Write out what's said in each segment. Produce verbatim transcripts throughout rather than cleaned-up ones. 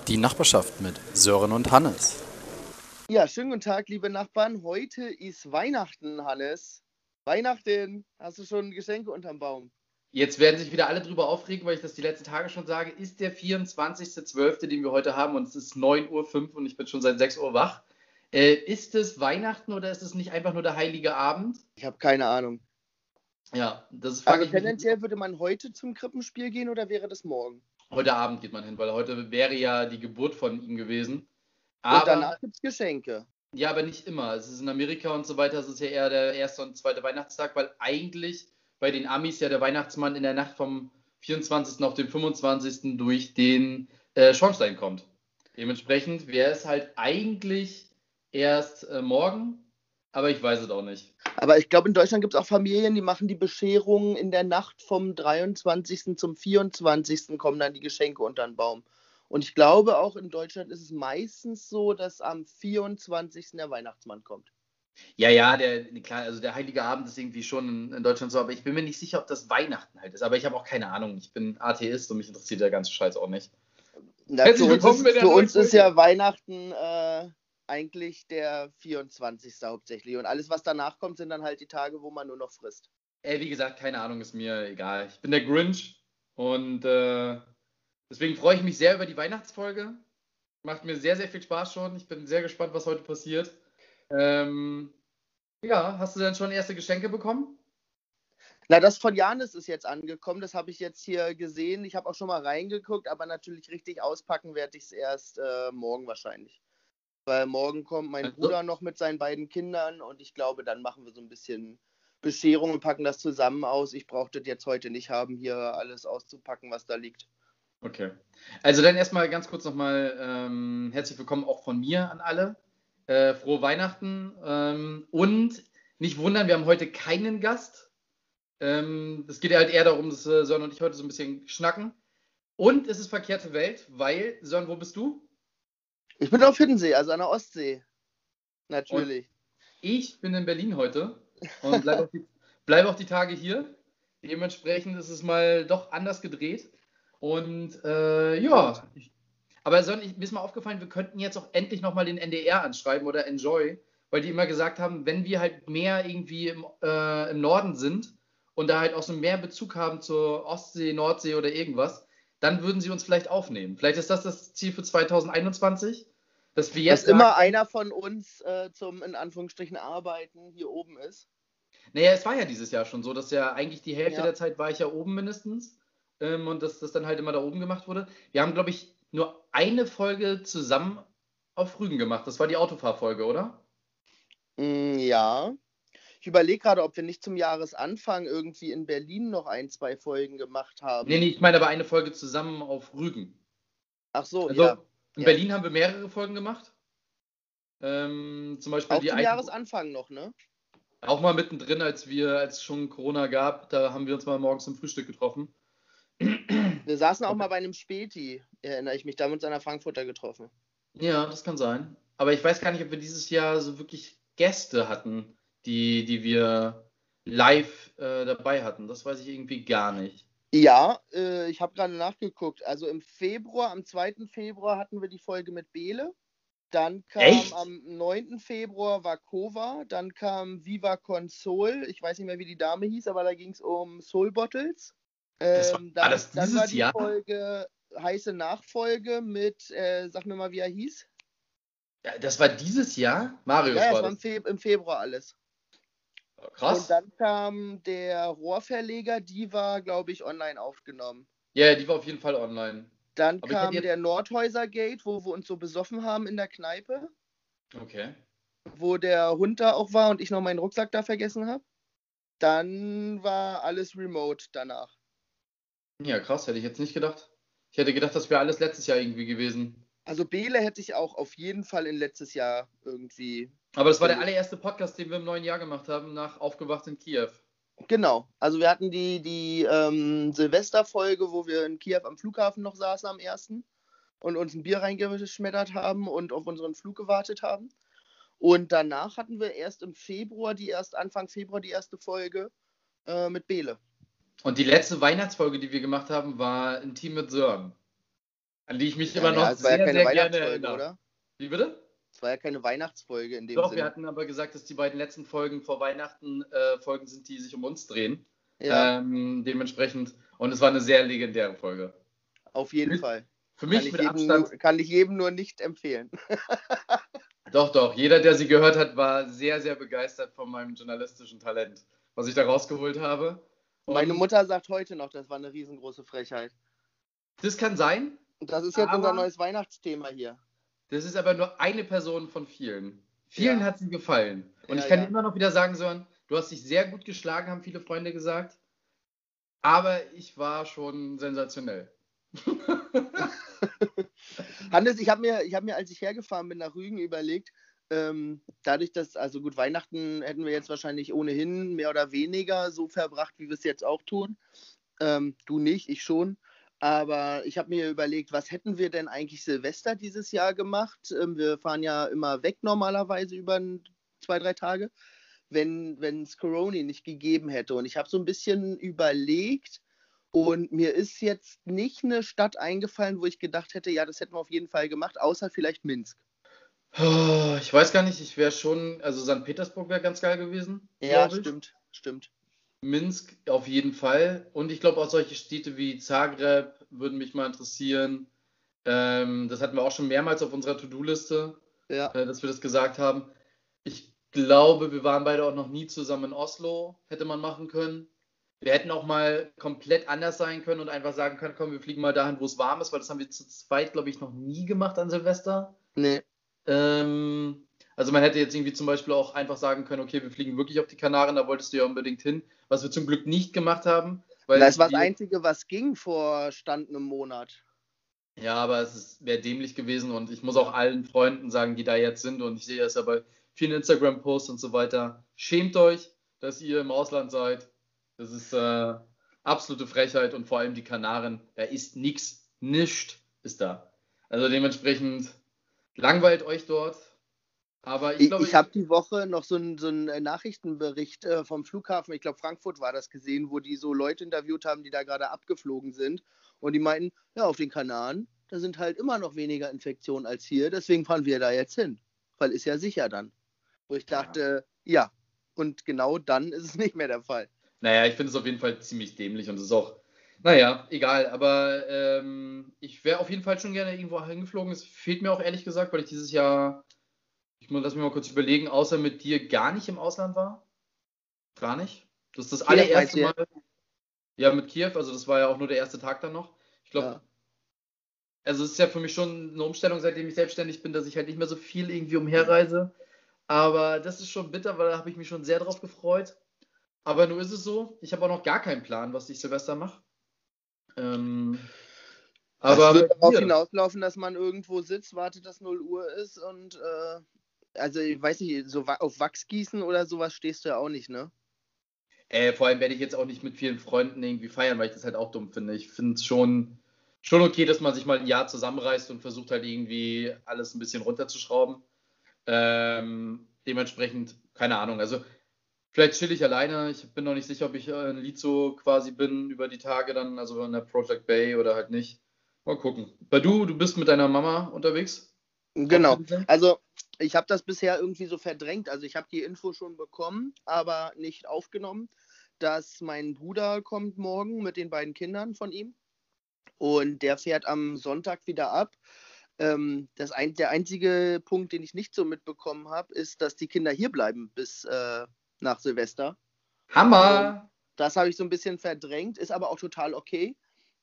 Die Nachbarschaft mit Sören und Hannes. Ja, schönen guten Tag, liebe Nachbarn. Heute ist Weihnachten, Hannes. Weihnachten, hast du schon Geschenke unterm Baum? Jetzt werden sich wieder alle drüber aufregen, weil ich das die letzten Tage schon sage, ist der vierundzwanzigster zwölfter, den wir heute haben, und es ist neun Uhr fünf und ich bin schon seit sechs Uhr wach. Äh, ist es Weihnachten oder ist es nicht einfach nur der heilige Abend? Ich habe keine Ahnung. Ja, das frage Also ich mich. tendenziell würde man heute zum Krippenspiel gehen oder wäre das morgen? Heute Abend geht man hin, weil heute wäre ja die Geburt von ihm gewesen. Und Aber, danach gibt es Geschenke. ja, aber nicht immer. Es ist in Amerika und so weiter, es ist ja eher der erste und zweite Weihnachtstag, weil eigentlich bei den Amis ja der Weihnachtsmann in der Nacht vom vierundzwanzigsten auf den fünfundzwanzigsten durch den äh, Schornstein kommt. Dementsprechend wäre es halt eigentlich erst äh, morgen, aber ich weiß es auch nicht. Aber ich glaube, in Deutschland gibt es auch Familien, die machen die Bescherung in der Nacht vom dreiundzwanzigsten zum vierundzwanzigsten kommen dann die Geschenke unter den Baum. Und ich glaube, auch in Deutschland ist es meistens so, dass am vierundzwanzigsten der Weihnachtsmann kommt. Ja, ja, der, klar, also der Heilige Abend ist irgendwie schon in, in Deutschland so, aber ich bin mir nicht sicher, ob das Weihnachten halt ist. Aber ich habe auch keine Ahnung. Ich bin Atheist und mich interessiert der ganze Scheiß auch nicht. Na, Herzlich für uns willkommen ist, bei der für neuen uns ist Folge. ja Weihnachten äh, eigentlich der vierundzwanzigste hauptsächlich. Und alles, was danach kommt, sind dann halt die Tage, wo man nur noch frisst. Ey, wie gesagt, keine Ahnung, ist mir egal. Ich bin der Grinch und äh, deswegen freue ich mich sehr über die Weihnachtsfolge. Macht mir sehr, sehr viel Spaß schon. Ich bin sehr gespannt, was heute passiert. Ähm, ja, hast du denn schon erste Geschenke bekommen? Na, das von Janis ist jetzt angekommen. Das habe ich jetzt hier gesehen. Ich habe auch schon mal reingeguckt, aber natürlich richtig auspacken werde ich es erst äh, morgen wahrscheinlich. Weil morgen kommt mein Also- Bruder noch mit seinen beiden Kindern und ich glaube, dann machen wir so ein bisschen Bescherung und packen das zusammen aus. Ich brauche das jetzt heute nicht haben, hier alles auszupacken, was da liegt. Okay. Also dann erstmal ganz kurz nochmal ähm, herzlich willkommen auch von mir an alle. Äh, frohe Weihnachten. Ähm, und nicht wundern, wir haben heute keinen Gast. Ähm, es geht ja halt eher darum, dass äh, Sören und ich heute so ein bisschen schnacken. Und es ist verkehrte Welt, weil, Sören, wo bist du? Ich bin auf Hiddensee, also an der Ostsee. Natürlich. Ich bin in Berlin heute und bleibe auch, die, bleib auch die Tage hier. Dementsprechend ist es mal doch anders gedreht. Und äh, ja, ich, aber Sören, ich, mir ist mal aufgefallen, wir könnten jetzt auch endlich nochmal den N D R anschreiben oder Enjoy, weil die immer gesagt haben, wenn wir halt mehr irgendwie im, äh, im Norden sind und da halt auch so mehr Bezug haben zur Ostsee, Nordsee oder irgendwas, dann würden sie uns vielleicht aufnehmen. Vielleicht ist das das Ziel für zweitausendeinundzwanzig, dass wir jetzt Dass immer sagen, einer von uns äh, zum, in Anführungsstrichen, Arbeiten hier oben ist. naja, es war ja dieses Jahr schon so, dass ja eigentlich die Hälfte Ja. der Zeit war ich ja oben mindestens ähm, und dass das dann halt immer da oben gemacht wurde. Wir haben, glaube ich, nur eine Folge zusammen auf Rügen gemacht. Das war die Autofahrfolge, oder? Mm, ja. Ich überlege gerade, ob wir nicht zum Jahresanfang irgendwie in Berlin noch ein, zwei Folgen gemacht haben. Nee, nee, ich meine aber eine Folge zusammen auf Rügen. Ach so, Also ja. in ja. Berlin haben wir mehrere Folgen gemacht. Ähm, zum Beispiel Auch die zum eine, Jahresanfang noch, ne? auch mal mittendrin, als wir, als es schon Corona gab, da haben wir uns mal morgens zum Frühstück getroffen. Wir saßen auch mal bei einem Späti, erinnere ich mich, da haben wir uns an der Frankfurter getroffen. Ja, das kann sein. Aber ich weiß gar nicht, ob wir dieses Jahr so wirklich Gäste hatten, die, die wir live äh, dabei hatten. Das weiß ich irgendwie gar nicht. Ja, äh, ich habe gerade nachgeguckt. Also im Februar, am zweiten Februar hatten wir die Folge mit Bele. Dann kam Echt? am neunten Februar war Kova, dann kam Viva Con Soul, ich weiß nicht mehr, wie die Dame hieß, aber da ging es um Soul Bottles. Das war, Ähm, war dann, das dann dieses war die Jahr? Folge heiße Nachfolge mit, äh, sag mir mal, wie er hieß. Ja, das war dieses Jahr? Marius Ja, ja, es war war im, das. Fe im Februar alles. Krass. Und dann kam der Rohrverleger, die war, glaube ich, online aufgenommen. Ja, die war auf jeden Fall online. Dann Aber ich hätte kam jetzt- der Nordhäuser Gate, wo wir uns so besoffen haben in der Kneipe, Okay. wo der Hund da auch war und ich noch meinen Rucksack da vergessen habe. Dann war alles remote danach. Ja, krass, hätte ich jetzt nicht gedacht. Ich hätte gedacht, das wäre alles letztes Jahr irgendwie gewesen. Also Bele hätte ich auch auf jeden Fall in letztes Jahr irgendwie. Aber das war der Finde ich. allererste Podcast, den wir im neuen Jahr gemacht haben, nach Aufgewacht in Kiew. Genau. Also wir hatten die, die ähm, Silvesterfolge, wo wir in Kiew am Flughafen noch saßen am ersten und uns ein Bier reingeschmettert haben und auf unseren Flug gewartet haben. Und danach hatten wir erst im Februar, die erst Anfang Februar die erste Folge äh, mit Bele. Und die letzte Weihnachtsfolge, die wir gemacht haben, war Intim mit Sören. an die ich mich Ja, immer noch ja, es war ja sehr, keine sehr gerne Weihnachtsfolge, erinnere. oder? Wie bitte? Es war ja keine Weihnachtsfolge in dem Doch, Sinne. wir hatten aber gesagt, dass die beiden letzten Folgen vor Weihnachten äh, Folgen sind, die sich um uns drehen. Ja, Ähm, dementsprechend. Und es war eine sehr legendäre Folge. auf jeden Mit, Fall. für Kann mich ich, mit jedem Abstand. nur, kann ich jedem nur nicht empfehlen. Doch, doch. Jeder, der sie gehört hat, war sehr, sehr begeistert von meinem journalistischen Talent, was ich da rausgeholt habe. Meine Und Mutter sagt heute noch, das war eine riesengroße Frechheit. das kann sein, Und das ist jetzt unser aber neues Weihnachtsthema hier. das ist aber nur eine Person von vielen. Vielen Ja. hat sie gefallen. Und Ja, ich kann ja. dir immer noch wieder sagen, Sören, du hast dich sehr gut geschlagen, haben viele Freunde gesagt. Aber ich war schon sensationell. Hannes, ich habe mir, ich hab mir, als ich hergefahren bin nach Rügen, überlegt, ähm, dadurch, dass, also gut, Weihnachten hätten wir jetzt wahrscheinlich ohnehin mehr oder weniger so verbracht, wie wir es jetzt auch tun. Ähm, du nicht, ich schon. Aber ich habe mir überlegt, was hätten wir denn eigentlich Silvester dieses Jahr gemacht? Ähm, wir fahren ja immer weg normalerweise über ein, zwei, drei Tage, wenn es Corona nicht gegeben hätte. Und ich habe so ein bisschen überlegt und mir ist jetzt nicht eine Stadt eingefallen, wo ich gedacht hätte, ja, das hätten wir auf jeden Fall gemacht, außer vielleicht Minsk. Oh, ich weiß gar nicht, ich wäre schon, also Sankt Petersburg wäre ganz geil gewesen, Ja, glaube ich. stimmt, stimmt. Minsk auf jeden Fall. Und ich glaube auch solche Städte wie Zagreb würden mich mal interessieren. Ähm, das hatten wir auch schon mehrmals auf unserer To-Do-Liste, Ja. äh, dass wir das gesagt haben. Ich glaube, wir waren beide auch noch nie zusammen in Oslo, hätte man machen können. Wir hätten auch mal komplett anders sein können und einfach sagen können, komm, wir fliegen mal dahin, wo es warm ist, weil das haben wir zu zweit, glaube ich, noch nie gemacht an Silvester. Nee. Ähm, also man hätte jetzt irgendwie zum Beispiel auch einfach sagen können, okay, wir fliegen wirklich auf die Kanaren, da wolltest du ja unbedingt hin, was wir zum Glück nicht gemacht haben. Weil Das war das wir, Einzige, was ging vor Stand einem Monat. ja, aber es wäre dämlich gewesen und ich muss auch allen Freunden sagen, die da jetzt sind und ich sehe das ja bei vielen Instagram-Posts und so weiter, schämt euch, dass ihr im Ausland seid. Das ist äh, absolute Frechheit und vor allem die Kanaren, da ist nichts, nichts ist da. Also dementsprechend langweilt euch dort. Aber ich Ich, glaube, ich habe die Woche noch so einen so einen Nachrichtenbericht äh, vom Flughafen, ich glaube Frankfurt war das, gesehen, wo die so Leute interviewt haben, die da gerade abgeflogen sind. Und die meinten, ja, auf den Kanaren, da sind halt immer noch weniger Infektionen als hier, deswegen fahren wir da jetzt hin. Weil ist ja sicher dann. Wo ich dachte, ja, ja. Und genau dann ist es nicht mehr der Fall. naja, ich finde es auf jeden Fall ziemlich dämlich und es ist auch, naja, egal. Aber ähm, ich wäre auf jeden Fall schon gerne irgendwo hingeflogen. Es fehlt mir auch ehrlich gesagt, weil ich dieses Jahr, ich muss, lass mich mal kurz überlegen, außer mit dir gar nicht im Ausland war. Gar nicht. Das ist das Kiew meinst allererste du Mal. Ja, mit Kiew, also das war ja auch nur der erste Tag dann noch. Ich glaube, Ja. also es ist ja für mich schon eine Umstellung, seitdem ich selbstständig bin, dass ich halt nicht mehr so viel irgendwie umherreise. Aber das ist schon bitter, weil da habe ich mich schon sehr drauf gefreut. Aber nun ist es so, ich habe auch noch gar keinen Plan, was ich Silvester mache. Ähm, Das aber wird bei darauf dir, hinauslaufen, dass man irgendwo sitzt, wartet, dass null Uhr ist und äh, also ich weiß nicht, so wa- auf Wachs gießen oder sowas stehst du ja auch nicht, ne? äh, vor allem werde ich jetzt auch nicht mit vielen Freunden irgendwie feiern, weil ich das halt auch dumm finde. Ich finde es schon, schon okay, dass man sich mal ein Jahr zusammenreißt und versucht halt irgendwie alles ein bisschen runterzuschrauben. Ähm, dementsprechend, keine Ahnung, also vielleicht chill ich alleine. Ich bin noch nicht sicher, ob ich äh, in Lizo quasi bin über die Tage dann, also in der Project Bay oder halt nicht. Mal gucken. Bei du, du bist mit deiner Mama unterwegs? Auf Genau. Insel? Also ich habe das bisher irgendwie so verdrängt. Also ich habe die Info schon bekommen, aber nicht aufgenommen, dass mein Bruder kommt morgen mit den beiden Kindern von ihm und der fährt am Sonntag wieder ab. Ähm, das ein, der einzige Punkt, den ich nicht so mitbekommen habe, ist, dass die Kinder hier bleiben bis äh, nach Silvester. Und Hammer! das habe ich so ein bisschen verdrängt, ist aber auch total okay.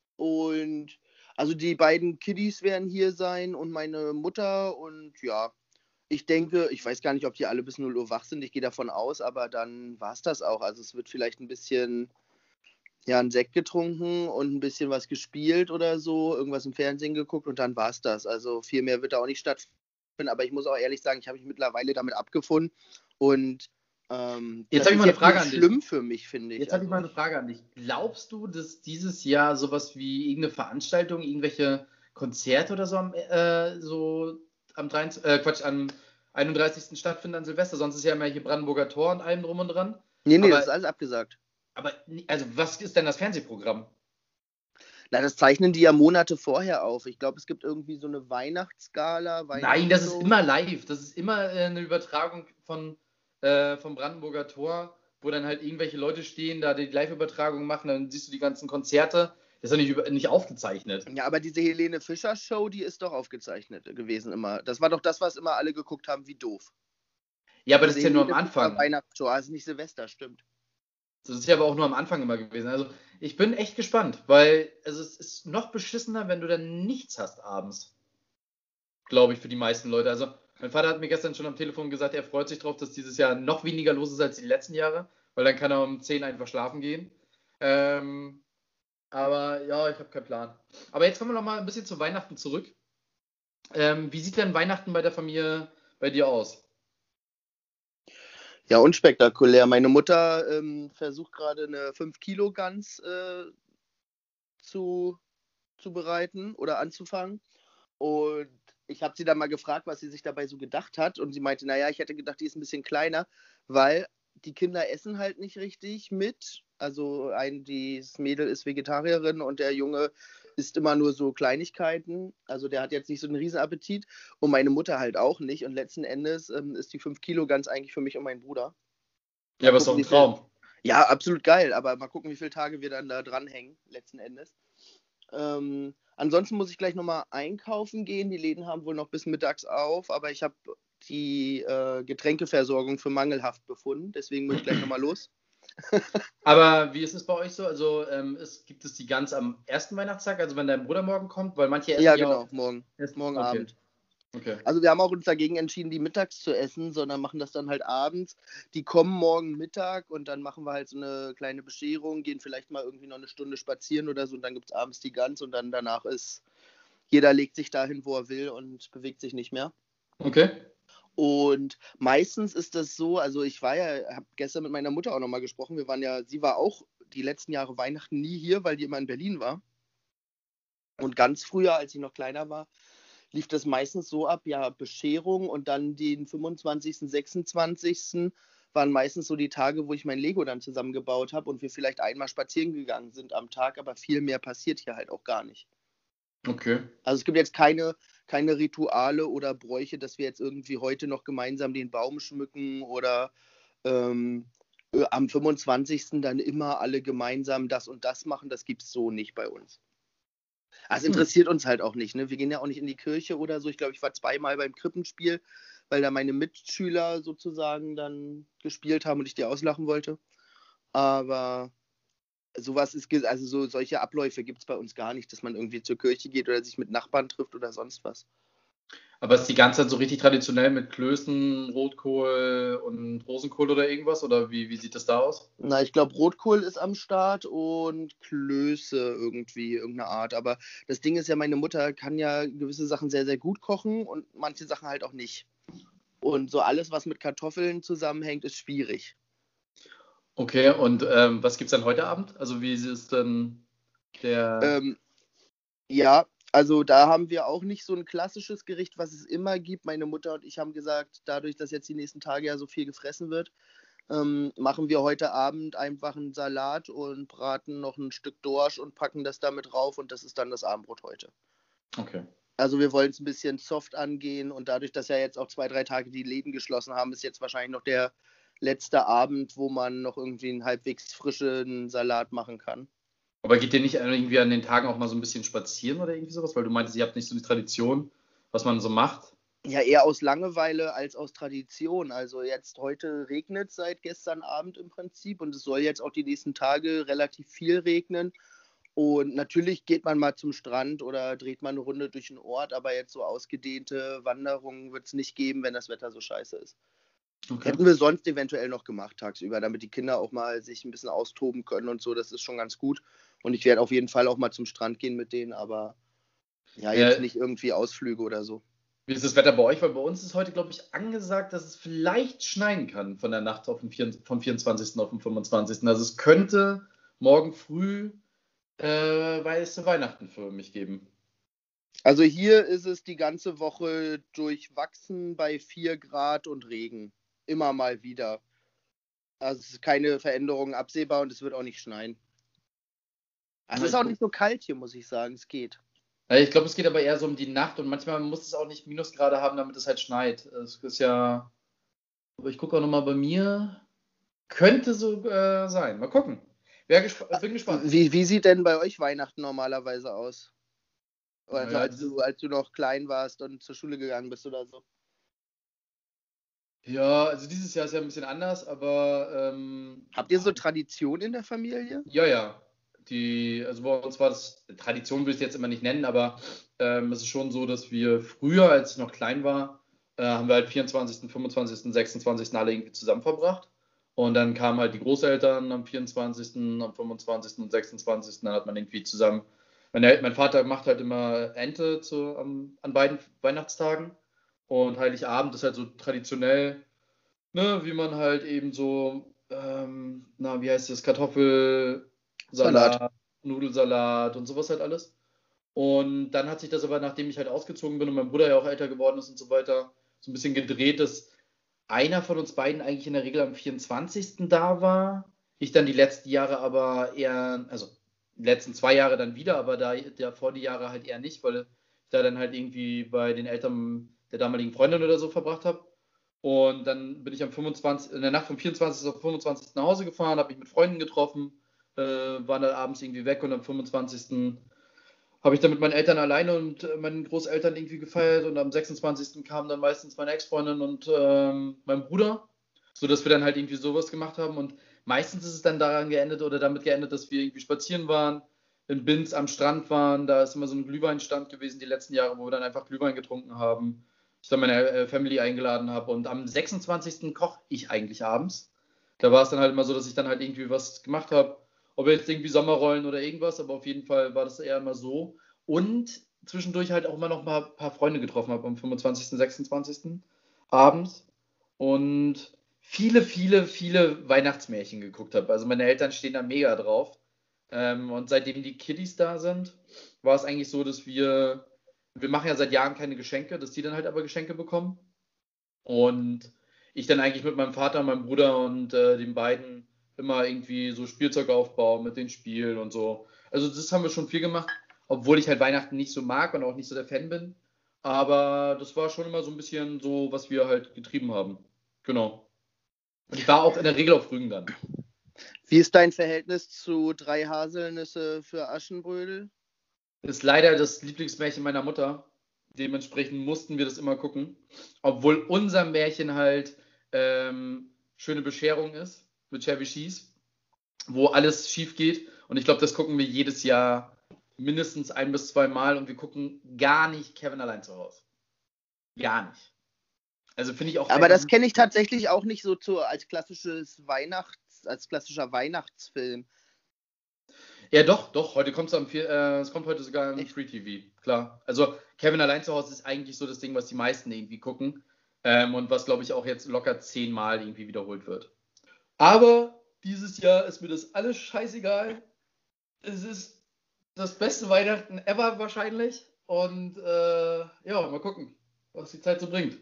Und also die beiden Kiddies werden hier sein und meine Mutter und ja, ich denke, ich weiß gar nicht, ob die alle bis null Uhr wach sind, ich gehe davon aus, aber dann war es das auch. Also es wird vielleicht ein bisschen, ja, ein Sekt getrunken und ein bisschen was gespielt oder so, irgendwas im Fernsehen geguckt und dann war es das. Also viel mehr wird da auch nicht stattfinden, aber ich muss auch ehrlich sagen, ich habe mich mittlerweile damit abgefunden und ähm, Jetzt das habe ich ist mal eine jetzt Frage nicht an dich. schlimm für mich, finde ich. Jetzt habe ich Also, mal eine Frage an dich. Glaubst du, dass dieses Jahr sowas wie irgendeine Veranstaltung, irgendwelche Konzerte oder so am, äh, so am dreiundzwanzigsten Äh, Quatsch, am einunddreißigsten stattfinden an Silvester? Sonst ist ja immer hier Brandenburger Tor und allem drum und dran. nee, nee, das Aber, ist alles abgesagt. aber also was ist denn das Fernsehprogramm? Na, das zeichnen die ja Monate vorher auf. Ich glaube, es gibt irgendwie so eine Weihnachtsgala, Nein, das ist Weihnachtsshow. immer live. Das ist immer äh, eine Übertragung von, äh, vom Brandenburger Tor, wo dann halt irgendwelche Leute stehen, da die Live-Übertragung machen, dann siehst du die ganzen Konzerte. Das ist ja nicht, über- nicht aufgezeichnet. Ja, aber diese Helene Fischer Show, die ist doch aufgezeichnet gewesen immer. Das war doch das, was immer alle geguckt haben, wie doof. Ja, aber das Diese ist ja nur am Helene Fischer Anfang. Weihnachtsshow, also nicht Silvester, stimmt. Das ist ja aber auch nur am Anfang immer gewesen. Also ich bin echt gespannt, weil also es ist noch beschissener, wenn du dann nichts hast abends. Glaube ich, für die meisten Leute. Also mein Vater hat mir gestern schon am Telefon gesagt, er freut sich drauf, dass dieses Jahr noch weniger los ist als die letzten Jahre, weil dann kann er um zehn einfach schlafen gehen. Ähm, aber ja, ich habe keinen Plan. Aber jetzt kommen wir noch mal ein bisschen zu Weihnachten zurück. Ähm, wie sieht denn Weihnachten bei der Familie bei dir aus? Ja, unspektakulär. Meine Mutter ähm, versucht gerade eine fünf Kilo Gans äh, zu, zu bereiten oder anzufangen. Und ich habe sie dann mal gefragt, was sie sich dabei so gedacht hat. Und sie meinte, naja, ich hätte gedacht, die ist ein bisschen kleiner, weil die Kinder essen halt nicht richtig mit. Also ein, das Mädel ist Vegetarierin und der Junge isst immer nur so Kleinigkeiten. Also der hat jetzt nicht so einen Riesenappetit. Und meine Mutter halt auch nicht. Und letzten Endes ähm, ist die fünf Kilo Gans eigentlich für mich und meinen Bruder. Ja, Mal aber ist doch gucken, ein wie viel. Traum. Ja, absolut geil. Aber mal gucken, wie viele Tage wir dann da dranhängen, letzten Endes. Ähm, ansonsten muss ich gleich nochmal einkaufen gehen. Die Läden haben wohl noch bis mittags auf, aber ich habe die äh, Getränkeversorgung für mangelhaft befunden. Deswegen muss ich gleich nochmal los. Aber wie ist es bei euch so? Also ähm, ist, gibt es die Gans am ersten Weihnachtstag, also wenn dein Bruder morgen kommt? Weil manche essen Ja, ja auch genau, morgen. erst. Morgen Okay, Abend. okay. Also wir haben auch uns dagegen entschieden, die mittags zu essen, sondern machen das dann halt abends. Die kommen morgen Mittag und dann machen wir halt so eine kleine Bescherung, gehen vielleicht mal irgendwie noch eine Stunde spazieren oder so und dann gibt es abends die Gans und dann danach ist, jeder legt sich dahin, wo er will und bewegt sich nicht mehr. Okay. Und meistens ist das so, also ich war ja, habe gestern mit meiner Mutter auch nochmal gesprochen, wir waren ja, sie war auch die letzten Jahre Weihnachten nie hier, weil die immer in Berlin war. Und ganz früher, als ich noch kleiner war, lief das meistens so ab, ja, Bescherung und dann den fünfundzwanzigsten, sechsundzwanzigsten waren meistens so die Tage, wo ich mein Lego dann zusammengebaut habe und wir vielleicht einmal spazieren gegangen sind am Tag, aber viel mehr passiert hier halt auch gar nicht. Okay. Also es gibt jetzt keine, keine Rituale oder Bräuche, dass wir jetzt irgendwie heute noch gemeinsam den Baum schmücken oder ähm, äh, am fünfundzwanzigsten dann immer alle gemeinsam das und das machen. Das gibt es so nicht bei uns. Also Hm. interessiert uns halt auch nicht. Ne? Wir gehen ja auch nicht in die Kirche oder so. Ich glaube, ich war zweimal beim Krippenspiel, weil da meine Mitschüler sozusagen dann gespielt haben und ich die auslachen wollte. Aber sowas ist, ge- also so solche Abläufe gibt es bei uns gar nicht, dass man irgendwie zur Kirche geht oder sich mit Nachbarn trifft oder sonst was. Aber ist die ganze Zeit so richtig traditionell mit Klößen, Rotkohl und Rosenkohl oder irgendwas? Oder wie, wie sieht das da aus? Na, ich glaube, Rotkohl ist am Start und Klöße irgendwie, irgendeine Art. Aber das Ding ist ja, meine Mutter kann ja gewisse Sachen sehr, sehr gut kochen und manche Sachen halt auch nicht. Und so alles, was mit Kartoffeln zusammenhängt, ist schwierig. Okay, und ähm, was gibt es dann heute Abend? Also wie ist dann der... Ähm, ja, also da haben wir auch nicht so ein klassisches Gericht, was es immer gibt. Meine Mutter und ich haben gesagt, dadurch, dass jetzt die nächsten Tage ja so viel gefressen wird, ähm, machen wir heute Abend einfach einen Salat und braten noch ein Stück Dorsch und packen das damit rauf und das ist dann das Abendbrot heute. Okay. Also wir wollen es ein bisschen soft angehen und dadurch, dass ja jetzt auch zwei, drei Tage die Läden geschlossen haben, ist jetzt wahrscheinlich noch der letzte Abend, wo man noch irgendwie einen halbwegs frischen Salat machen kann. Aber geht ihr nicht irgendwie an den Tagen auch mal so ein bisschen spazieren oder irgendwie sowas? Weil du meintest, ihr habt nicht so die Tradition, was man so macht. Ja, eher aus Langeweile als aus Tradition. Also jetzt heute regnet es seit gestern Abend im Prinzip und es soll jetzt auch die nächsten Tage relativ viel regnen. Und natürlich geht man mal zum Strand oder dreht mal eine Runde durch den Ort, aber jetzt so ausgedehnte Wanderungen wird es nicht geben, wenn das Wetter so scheiße ist. Okay. Hätten wir sonst eventuell noch gemacht tagsüber, damit die Kinder auch mal sich ein bisschen austoben können und so. Das ist schon ganz gut. Und ich werde auf jeden Fall auch mal zum Strand gehen mit denen, aber ja, jetzt Äh, nicht irgendwie Ausflüge oder so. Wie ist das Wetter bei euch? Weil bei uns ist heute, glaube ich, angesagt, dass es vielleicht schneien kann von der Nacht auf den vier, vom vierundzwanzigsten auf den fünfundzwanzigsten. Also es könnte morgen früh äh, weiße Weihnachten für mich geben. Also hier ist es die ganze Woche durchwachsen bei vier Grad und Regen. Immer mal wieder. Also es ist keine Veränderung absehbar und es wird auch nicht schneien. Also es ist auch nicht so kalt hier, muss ich sagen. Es geht. Ja, ich glaube, es geht aber eher so um die Nacht und manchmal muss es auch nicht Minusgrade haben, damit es halt schneit. Es ist ja. Aber ich gucke auch nochmal bei mir. Könnte so äh, sein. Mal gucken. Wer gesp bin gespannt. Wie, wie sieht denn bei euch Weihnachten normalerweise aus? Also Ja, als, du, als du noch klein warst und zur Schule gegangen bist oder so? Ja, also dieses Jahr ist ja ein bisschen anders, aber ähm, Habt ihr so Tradition in der Familie? ja, ja. Die, also bei uns war das, Tradition will ich es jetzt immer nicht nennen, aber ähm, es ist schon so, dass wir früher, als ich noch klein war, äh, haben wir halt vierundzwanzigsten, fünfundzwanzigsten, sechsundzwanzigsten alle irgendwie zusammen verbracht. Und dann kamen halt die Großeltern am vierundzwanzigsten, am fünfundzwanzigsten und sechsundzwanzigsten Dann hat man irgendwie zusammen. Meine, mein Vater macht halt immer Ente zu, am, an beiden Weihnachtstagen. Und Heiligabend ist halt so traditionell, ne, wie man halt eben so, ähm, na, wie heißt das, Kartoffelsalat, Salat. Nudelsalat und sowas halt alles. Und dann hat sich das aber, nachdem ich halt ausgezogen bin und mein Bruder ja auch älter geworden ist und so weiter, so ein bisschen gedreht, dass einer von uns beiden eigentlich in der Regel am vierundzwanzigsten da war. Ich dann die letzten Jahre aber eher, also die letzten zwei Jahre dann wieder, aber da davor die Jahre halt eher nicht, weil ich da dann halt irgendwie bei den Eltern der damaligen Freundin oder so verbracht habe. Und dann bin ich am fünfundzwanzigsten in der Nacht vom vierundzwanzigsten auf fünfundzwanzigsten nach Hause gefahren, habe mich mit Freunden getroffen, äh, war dann abends irgendwie weg und am fünfundzwanzigsten habe ich dann mit meinen Eltern alleine und äh, meinen Großeltern irgendwie gefeiert und am sechsundzwanzigsten kamen dann meistens meine Ex-Freundin und ähm, mein Bruder, sodass wir dann halt irgendwie sowas gemacht haben und meistens ist es dann daran geendet oder damit geendet, dass wir irgendwie spazieren waren, in Binz am Strand waren, da ist immer so ein Glühweinstand gewesen die letzten Jahre, wo wir dann einfach Glühwein getrunken haben, ich dann meine äh, Family eingeladen habe und am sechsundzwanzigsten koche ich eigentlich abends. Da war es dann halt immer so, dass ich dann halt irgendwie was gemacht habe, ob jetzt irgendwie Sommerrollen oder irgendwas, aber auf jeden Fall war das eher immer so. Und zwischendurch halt auch immer noch mal ein paar Freunde getroffen habe am fünfundzwanzigsten, sechsundzwanzigsten abends und viele, viele, viele Weihnachtsmärchen geguckt habe. Also meine Eltern stehen da mega drauf. Ähm, und seitdem die Kiddies da sind, war es eigentlich so, dass wir, wir machen ja seit Jahren keine Geschenke, dass die dann halt aber Geschenke bekommen. Und ich dann eigentlich mit meinem Vater, meinem Bruder und äh, den beiden immer irgendwie so Spielzeug aufbauen mit den Spielen und so. Also das haben wir schon viel gemacht, obwohl ich halt Weihnachten nicht so mag und auch nicht so der Fan bin. Aber das war schon immer so ein bisschen so, was wir halt getrieben haben. Genau. Und ich war auch in der Regel auf Rügen dann. Wie ist dein Verhältnis zu drei Haselnüsse für Aschenbrödel? Ist leider das Lieblingsmärchen meiner Mutter. Dementsprechend mussten wir das immer gucken. Obwohl unser Märchen halt ähm, Schöne Bescherung ist mit Chevy Cheese, wo alles schief geht. Und ich glaube, das gucken wir jedes Jahr mindestens ein bis zwei Mal und wir gucken gar nicht Kevin allein zu Hause. Gar nicht. Also finde ich auch. Aber das kenne ich tatsächlich auch nicht so zu, als klassisches Weihnachts, als klassischer Weihnachtsfilm. Ja, doch, doch. Heute kommt es am vier, äh, es kommt heute sogar im Free T V, klar. Also Kevin allein zu Hause ist eigentlich so das Ding, was die meisten irgendwie gucken ähm, und was, glaube ich, auch jetzt locker zehnmal irgendwie wiederholt wird. Aber dieses Jahr ist mir das alles scheißegal. Es ist das beste Weihnachten ever wahrscheinlich und äh, ja, mal gucken, was die Zeit so bringt.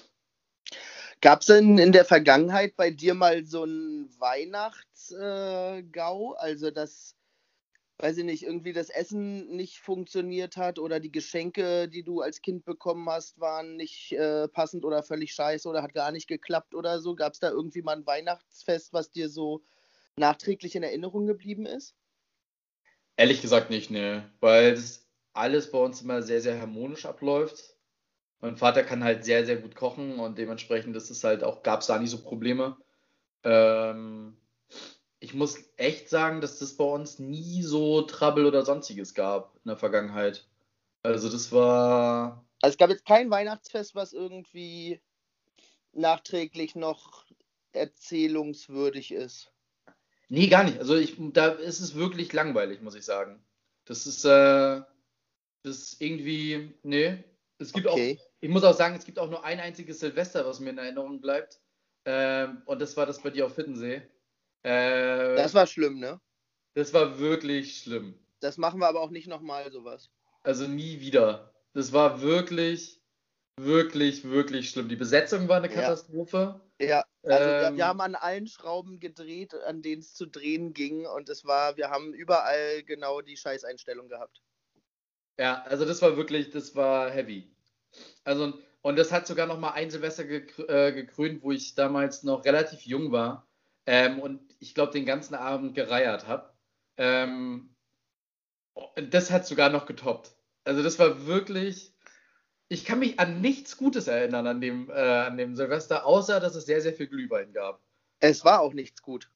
Gab es denn in der Vergangenheit bei dir mal so einen Weihnachtsgau, äh, also dass, weiß ich nicht, irgendwie das Essen nicht funktioniert hat oder die Geschenke, die du als Kind bekommen hast, waren nicht äh, passend oder völlig scheiße oder hat gar nicht geklappt oder so? Gab es da irgendwie mal ein Weihnachtsfest, was dir so nachträglich in Erinnerung geblieben ist? Ehrlich gesagt nicht, ne, weil das alles bei uns immer sehr, sehr harmonisch abläuft. Mein Vater kann halt sehr, sehr gut kochen und dementsprechend ist es halt auch, gab es da nie so Probleme. Ähm, ich muss echt sagen, dass das bei uns nie so Trouble oder sonstiges gab in der Vergangenheit. Also das war. Also es gab jetzt kein Weihnachtsfest, was irgendwie nachträglich noch erzählungswürdig ist. Nee, gar nicht. Also ich, da ist es wirklich langweilig, muss ich sagen. Das ist, äh, das ist irgendwie, nee. Es gibt Okay. auch, ich muss auch sagen, es gibt auch nur ein einziges Silvester, was mir in Erinnerung bleibt. Ähm, und das war das bei dir auf Hiddensee. Äh, Das war schlimm, ne? das war wirklich schlimm. Das machen wir aber auch nicht nochmal, sowas. Also nie wieder. Das war wirklich, wirklich, wirklich schlimm. Die Besetzung war eine Ja. Katastrophe. Ja. Also wir, Ähm, wir haben an allen Schrauben gedreht, an denen es zu drehen ging und es war, wir haben überall genau die Scheißeinstellung gehabt. ja, also das war wirklich, das war heavy. Also, und das hat sogar noch mal ein Silvester gekrö äh, gekrönt, wo ich damals noch relativ jung war ähm, und ich glaube den ganzen Abend gereiert habe. Ähm, und das hat sogar noch getoppt. Also das war wirklich, ich kann mich an nichts Gutes erinnern an dem, äh, an dem Silvester, außer dass es sehr, sehr viel Glühwein gab. Es war auch nichts gut.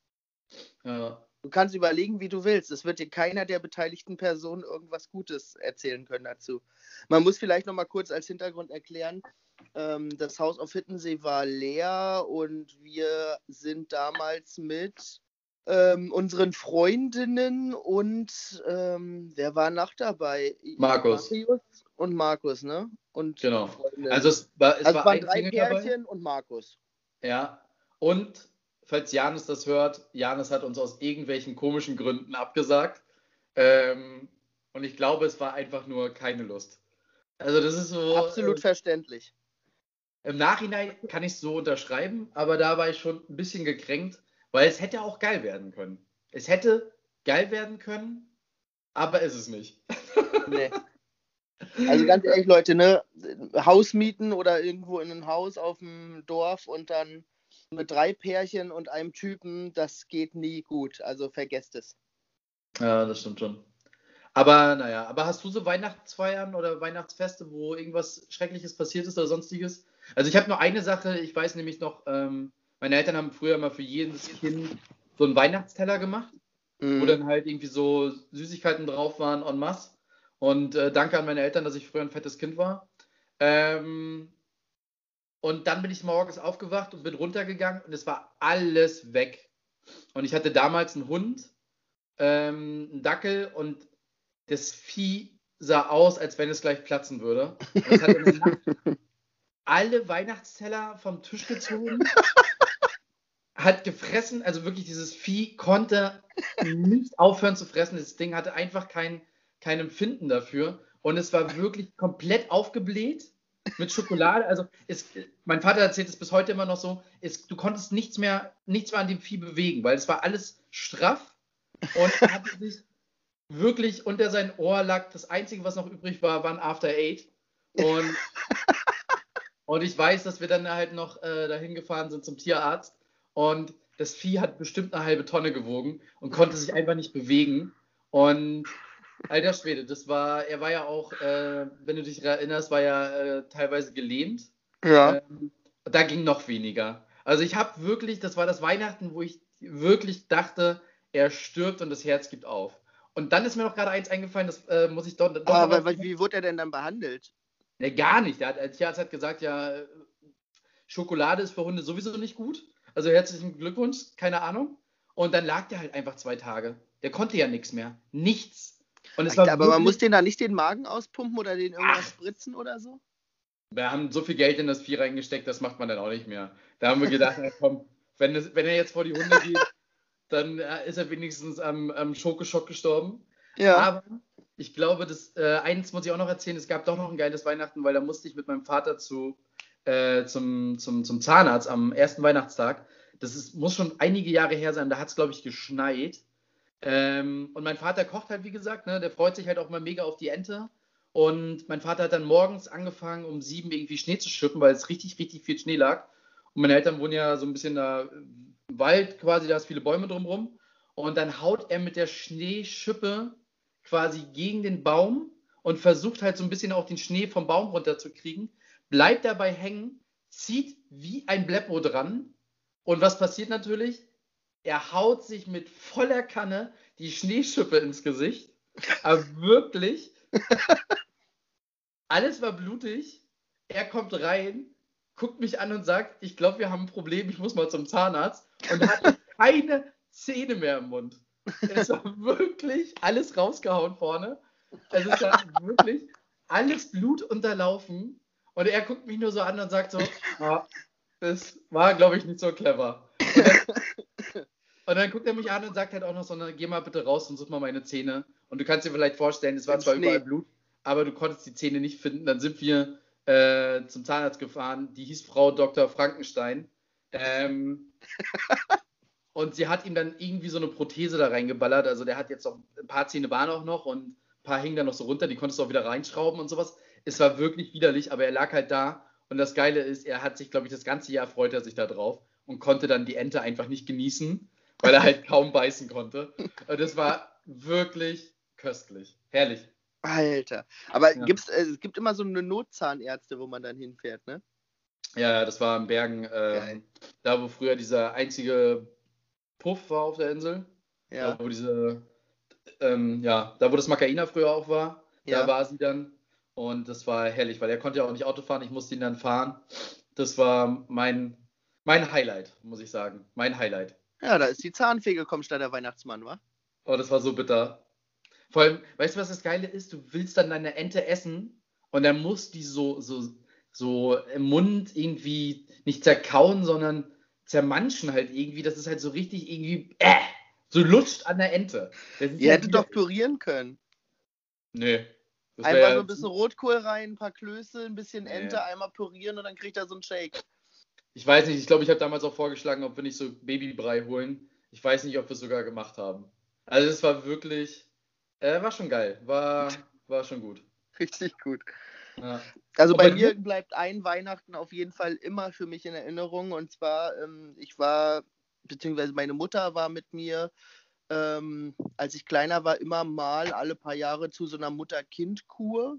Ja. Du kannst überlegen, wie du willst. Es wird dir keiner der beteiligten Personen irgendwas Gutes erzählen können dazu. Man muss vielleicht noch mal kurz als Hintergrund erklären, ähm, das Haus auf Hittensee war leer und wir sind damals mit ähm, unseren Freundinnen und ähm, wer war noch dabei? Markus. Marius und Markus, ne? Und Genau. die Freundin. Also es war, es Also war es waren ein drei Single dabei. Pärchen und Markus. Ja. Und falls Janis das hört, Janis hat uns aus irgendwelchen komischen Gründen abgesagt. Ähm, und ich glaube, es war einfach nur keine Lust. Also das ist so, Absolut äh, verständlich. im Nachhinein kann ich es so unterschreiben, aber da war ich schon ein bisschen gekränkt, weil es hätte auch geil werden können. Es hätte geil werden können, aber ist es nicht. Nee. Also ganz ehrlich, Leute, ne? Haus mieten oder irgendwo in ein Haus auf dem Dorf und dann mit drei Pärchen und einem Typen, das geht nie gut. Also vergesst es. Ja, das stimmt schon. Aber naja, aber hast du so Weihnachtsfeiern oder Weihnachtsfeste, wo irgendwas Schreckliches passiert ist oder sonstiges? Also ich habe nur eine Sache, ich weiß nämlich noch, ähm, meine Eltern haben früher mal für jedes Kind so einen Weihnachtsteller gemacht, wo Mhm. dann halt irgendwie so Süßigkeiten drauf waren en masse. Und äh, danke an meine Eltern, dass ich früher ein fettes Kind war. Ähm, und dann bin ich morgens aufgewacht und bin runtergegangen und es war alles weg. Und ich hatte damals einen Hund, ähm, einen Dackel und das Vieh sah aus, als wenn es gleich platzen würde. Und es hat in der Nacht alle Weihnachtsteller vom Tisch gezogen, hat gefressen, also wirklich dieses Vieh konnte nicht aufhören zu fressen. Das Ding hatte einfach kein, kein Empfinden dafür und es war wirklich komplett aufgebläht mit Schokolade. Also es, mein Vater erzählt es bis heute immer noch so, es, du konntest nichts mehr, nichts mehr an dem Vieh bewegen, weil es war alles straff und er hatte sich wirklich unter sein Ohr lag, das Einzige, was noch übrig war, war ein After Eight. Und, und ich weiß, dass wir dann halt noch äh, dahin gefahren sind zum Tierarzt. Und das Vieh hat bestimmt eine halbe Tonne gewogen und konnte sich einfach nicht bewegen. Und alter Schwede, das war, er war ja auch, äh, wenn du dich erinnerst, war ja äh, teilweise gelähmt. Ja. Ähm, da ging noch weniger. Also ich habe wirklich, das war das Weihnachten, wo ich wirklich dachte, er stirbt und das Herz gibt auf. Und dann ist mir noch gerade eins eingefallen, das äh, muss ich doch, doch Aber noch wie, wie wurde er denn dann behandelt? Ne, gar nicht. Der, hat, der Tierarzt hat gesagt, ja, äh, Schokolade ist für Hunde sowieso nicht gut. Also herzlichen Glückwunsch, keine Ahnung. Und dann lag der halt einfach zwei Tage. Der konnte ja nichts mehr. Nichts. Und es war Aber man muss wirklich, den da nicht den Magen auspumpen oder den irgendwas Ach. spritzen oder so? wir haben so viel Geld in das Vieh reingesteckt, das macht man dann auch nicht mehr. Da haben wir gedacht, na komm, wenn, es, wenn er jetzt vor die Hunde geht, dann äh, ist er wenigstens am, am Schokoschock gestorben. Ja. Aber ich glaube, das, äh, eins muss ich auch noch erzählen, es gab doch noch ein geiles Weihnachten, weil da musste ich mit meinem Vater zu, äh, zum, zum, zum Zahnarzt am ersten Weihnachtstag. Das ist, muss schon einige Jahre her sein, da hat es, glaube ich, geschneit. Ähm, und mein Vater kocht halt, wie gesagt, ne, der freut sich halt auch mal mega auf die Ente. Und mein Vater hat dann morgens angefangen, um sieben irgendwie Schnee zu schippen, weil es richtig, richtig viel Schnee lag. Und meine Eltern wohnen ja so ein bisschen da im Wald quasi, da ist viele Bäume drumherum. Und dann haut er mit der Schneeschippe quasi gegen den Baum und versucht halt so ein bisschen auch den Schnee vom Baum runterzukriegen, bleibt dabei hängen, zieht wie ein Bleppo dran. Und was passiert natürlich? Er haut sich mit voller Kanne die Schneeschippe ins Gesicht. Aber wirklich, alles war blutig. Er kommt rein, guckt mich an und sagt, ich glaube, wir haben ein Problem, ich muss mal zum Zahnarzt. Und er hatte keine Zähne mehr im Mund. Es war wirklich alles rausgehauen vorne. Also es war wirklich alles Blut unterlaufen. Und er guckt mich nur so an und sagt so, ah, das war, glaube ich, nicht so clever. Und dann, und dann guckt er mich an und sagt halt auch noch so, na, geh mal bitte raus und such mal meine Zähne. Und du kannst dir vielleicht vorstellen, es war Im zwar Schnee. überall Blut, aber du konntest die Zähne nicht finden. Dann sind wir äh, zum Zahnarzt gefahren. Die hieß Frau Doktor Frankenstein. Ähm, und sie hat ihm dann irgendwie so eine Prothese da reingeballert. Also der hat jetzt noch ein paar Zähne waren auch noch und ein paar hingen dann noch so runter. Die konntest du auch wieder reinschrauben und sowas. Es war wirklich widerlich, aber er lag halt da. Und das Geile ist, er hat sich, glaube ich, das ganze Jahr freut er sich da drauf und konnte dann die Ente einfach nicht genießen, weil er halt kaum beißen konnte. Und das war wirklich köstlich. Herrlich. Alter. Aber Ja. gibt's, äh, es gibt immer so eine Notzahnärzte, wo man dann hinfährt, ne? Ja, ja, das war in Bergen, Geil. ähm, da wo früher dieser einzige Puff war auf der Insel. Ja, Da wo diese, ähm, ja, da wo das Makaina früher auch war, da ja. war sie dann. Und das war herrlich, weil er konnte ja auch nicht Auto fahren, ich musste ihn dann fahren. Das war mein, mein Highlight, muss ich sagen. Mein Highlight. Ja, da ist die Zahnfee gekommen statt der Weihnachtsmann, wa? Oh, das war so bitter. Vor allem, weißt du, was das Geile ist? Du willst dann deine Ente essen und dann muss die so, so, so im Mund irgendwie nicht zerkauen, sondern zermanschen halt irgendwie. Das ist halt so richtig irgendwie, äh, so lutscht an der Ente. Das ist Ihr halt hättet wieder- doch pürieren können. Nee. Das wär Einfach ja so ein bisschen Rotkohl rein, ein paar Klöße, ein bisschen Nee. Ente, einmal pürieren und dann kriegt er so einen Shake. Ich weiß nicht, ich glaube, ich habe damals auch vorgeschlagen, ob wir nicht so Babybrei holen. Ich weiß nicht, ob wir es sogar gemacht haben. Also es war wirklich, äh, war schon geil. War, war schon gut. Richtig gut. Ja. Also Und bei bei mir dir? bleibt ein Weihnachten auf jeden Fall immer für mich in Erinnerung. Und zwar, ähm, ich war, beziehungsweise meine Mutter war mit mir, ähm, als ich kleiner war, immer mal alle paar Jahre zu so einer Mutter-Kind-Kur.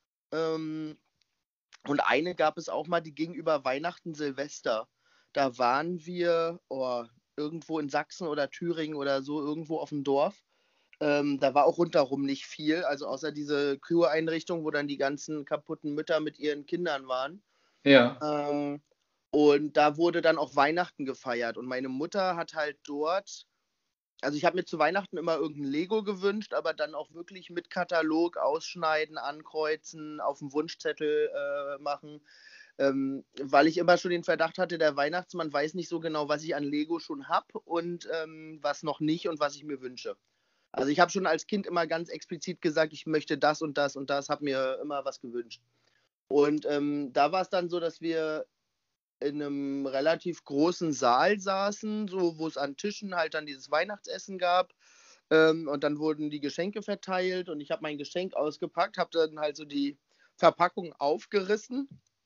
Ähm, und eine gab es auch mal, die ging über Weihnachten, Silvester. Da waren wir oh, irgendwo in Sachsen oder Thüringen oder so, irgendwo auf dem Dorf. Ähm, da war auch rundherum nicht viel, also außer diese Kureinrichtung, wo dann die ganzen kaputten Mütter mit ihren Kindern waren. Ja. Ähm, und da wurde dann auch Weihnachten gefeiert. Und meine Mutter hat halt dort, also ich habe mir zu Weihnachten immer irgendein Lego gewünscht, aber dann auch wirklich mit Katalog ausschneiden, ankreuzen, auf dem Wunschzettel äh, machen. Ähm, weil ich immer schon den Verdacht hatte, der Weihnachtsmann weiß nicht so genau, was ich an Lego schon habe und ähm, was noch nicht und was ich mir wünsche. Also ich habe schon als Kind immer ganz explizit gesagt, ich möchte das und das und das, habe mir immer was gewünscht. Und ähm, da war es dann so, dass wir in einem relativ großen Saal saßen, so wo es an Tischen halt dann dieses Weihnachtsessen gab. Ähm, und dann wurden die Geschenke verteilt und ich habe mein Geschenk ausgepackt, habe dann halt so die Verpackung aufgerissen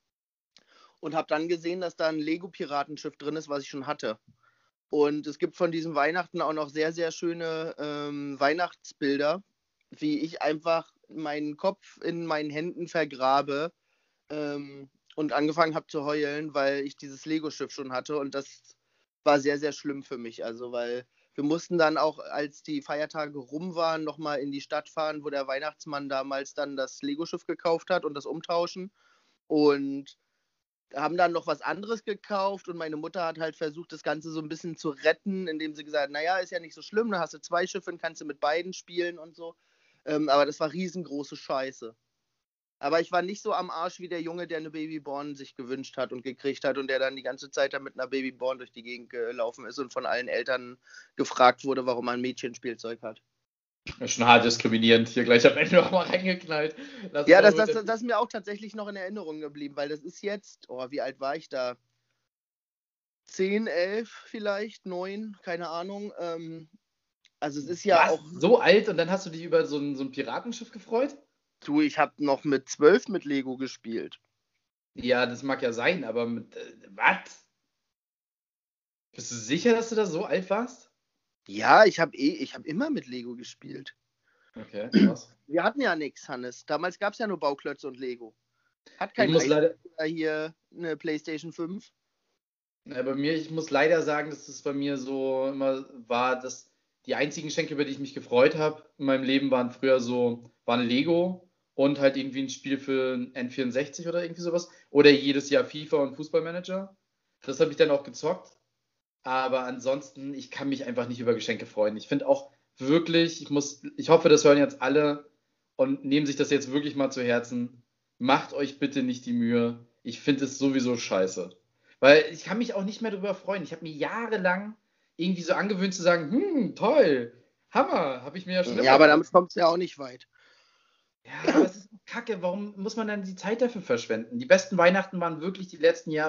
und habe dann gesehen, dass da ein Lego-Piratenschiff drin ist, was ich schon hatte. Und es gibt von diesem Weihnachten auch noch sehr, sehr schöne ähm, Weihnachtsbilder, wie ich einfach meinen Kopf in meinen Händen vergrabe ähm, und angefangen habe zu heulen, weil ich dieses Lego-Schiff schon hatte. Und das war sehr, sehr schlimm für mich. Also, weil wir mussten dann auch, als die Feiertage rum waren, nochmal in die Stadt fahren, wo der Weihnachtsmann damals dann das Lego-Schiff gekauft hat und das umtauschen. Und haben dann noch was anderes gekauft und meine Mutter hat halt versucht, das Ganze so ein bisschen zu retten, indem sie gesagt hat, naja, ist ja nicht so schlimm, dann hast du zwei Schiffe und kannst du mit beiden spielen und so. Ähm, aber das war riesengroße Scheiße. Aber ich war nicht so am Arsch wie der Junge, der eine Babyborn sich gewünscht hat und gekriegt hat und der dann die ganze Zeit da mit einer Babyborn durch die Gegend gelaufen ist und von allen Eltern gefragt wurde, warum er ein Mädchenspielzeug hat. Das ist schon hart diskriminierend. Hier gleich am Ende nochmal reingeknallt. Lass Ja, uns das, mal das, mit das ist mir auch tatsächlich noch in Erinnerung geblieben, weil das ist jetzt, oh, wie alt war ich da? zehn, elf vielleicht, neun, keine Ahnung. Ähm, also es ist der- ja Was? auch, So alt und dann hast du dich über so ein, so ein Piratenschiff gefreut? du, ich habe noch mit zwölf mit Lego gespielt. Ja, das mag ja sein, aber mit, äh, was? Bist du sicher, dass du da so alt warst? Ja, ich habe eh, ich habe immer mit Lego gespielt. Okay, krass. Wir hatten ja nichts, Hannes. Damals gab es ja nur Bauklötze und Lego. Hat Ich kein muss leider, Einzelspieler hier eine PlayStation fünf. äh, bei mir, ich muss leider sagen, dass das bei mir so immer war, dass die einzigen Geschenke, über die ich mich gefreut habe in meinem Leben, waren früher so, waren Lego und halt irgendwie ein Spiel für ein N vierundsechzig oder irgendwie sowas. Oder jedes Jahr FIFA und Fußballmanager. Das habe ich dann auch gezockt. Aber ansonsten, ich kann mich einfach nicht über Geschenke freuen. Ich finde auch wirklich, ich muss, ich hoffe, das hören jetzt alle und nehmen sich das jetzt wirklich mal zu Herzen. Macht euch bitte nicht die Mühe. Ich finde es sowieso scheiße. Weil ich kann mich auch nicht mehr darüber freuen. Ich habe mir jahrelang irgendwie so angewöhnt zu sagen, hm, toll, Hammer, habe ich mir ja schon Ja, immer aber gewünscht. damit kommt es ja auch nicht weit. Ja, aber es ist kacke. Warum muss man dann die Zeit dafür verschwenden? Die besten Weihnachten waren wirklich die letzten Jahre,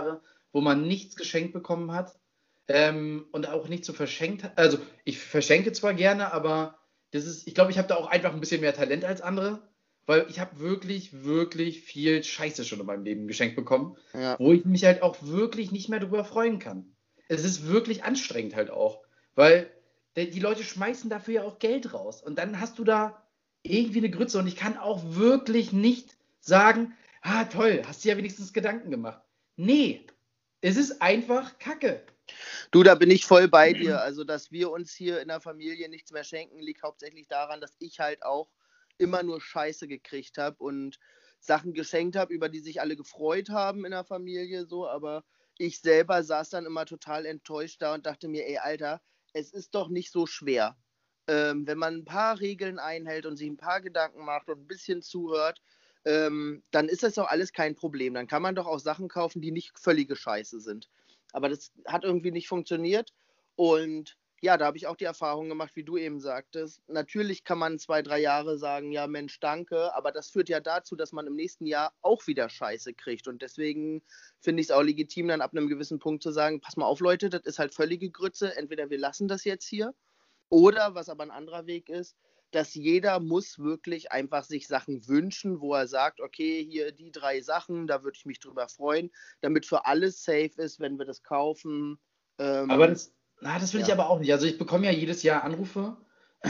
wo man nichts geschenkt bekommen hat ähm, und auch nichts so verschenkt hat. Also ich verschenke zwar gerne, aber das ist, ich glaube, ich habe da auch einfach ein bisschen mehr Talent als andere, weil ich habe wirklich, wirklich viel Scheiße schon in meinem Leben geschenkt bekommen, Ja. wo ich mich halt auch wirklich nicht mehr drüber freuen kann. Es ist wirklich anstrengend halt auch, weil die die Leute schmeißen dafür ja auch Geld raus und dann hast du da irgendwie eine Grütze und ich kann auch wirklich nicht sagen, ah toll, hast dir ja wenigstens Gedanken gemacht. Nee, es ist einfach Kacke. Du, da bin ich voll bei dir. Also, dass wir uns hier in der Familie nichts mehr schenken, liegt hauptsächlich daran, dass ich halt auch immer nur Scheiße gekriegt habe und Sachen geschenkt habe, über die sich alle gefreut haben in der Familie, so, aber ich selber saß dann immer total enttäuscht da und dachte mir, ey, Alter, es ist doch nicht so schwer. Ähm, wenn man ein paar Regeln einhält und sich ein paar Gedanken macht und ein bisschen zuhört, ähm, dann ist das doch alles kein Problem. Dann kann man doch auch Sachen kaufen, die nicht völlige Scheiße sind. Aber das hat irgendwie nicht funktioniert. Und ja, da habe ich auch die Erfahrung gemacht, wie du eben sagtest. Natürlich kann man zwei, drei Jahre sagen, ja Mensch, danke, aber das führt ja dazu, dass man im nächsten Jahr auch wieder Scheiße kriegt. Und deswegen finde ich es auch legitim, dann ab einem gewissen Punkt zu sagen, pass mal auf, Leute, das ist halt völlige Grütze. Entweder wir lassen das jetzt hier oder, was aber ein anderer Weg ist, dass jeder muss wirklich einfach sich Sachen wünschen, wo er sagt, okay, hier die drei Sachen, da würde ich mich drüber freuen, damit für alles safe ist, wenn wir das kaufen. Ähm, Aber das, na, das will ich ja. aber auch nicht. Also ich bekomme ja jedes Jahr Anrufe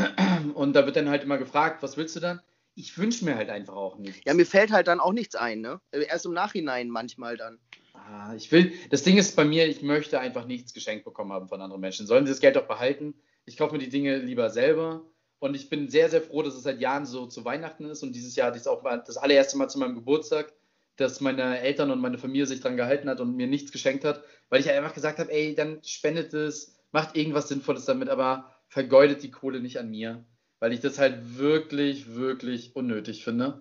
und da wird dann halt immer gefragt, was willst du dann? Ich wünsche mir halt einfach auch nichts. Ja, mir fällt halt dann auch nichts ein, ne? Erst im Nachhinein manchmal dann. Ah, ich will, das Ding ist bei mir, ich möchte einfach nichts geschenkt bekommen haben von anderen Menschen. Sollen sie das Geld doch behalten? Ich kaufe mir die Dinge lieber selber. Und ich bin sehr, sehr froh, dass es seit Jahren so zu Weihnachten ist. Und dieses Jahr hatte ich es auch mal das allererste Mal zu meinem Geburtstag, dass meine Eltern und meine Familie sich dran gehalten hat und mir nichts geschenkt hat, weil ich halt einfach gesagt habe, ey, dann spendet es, macht irgendwas Sinnvolles damit, aber vergeudet die Kohle nicht an mir, weil ich das halt wirklich, wirklich unnötig finde.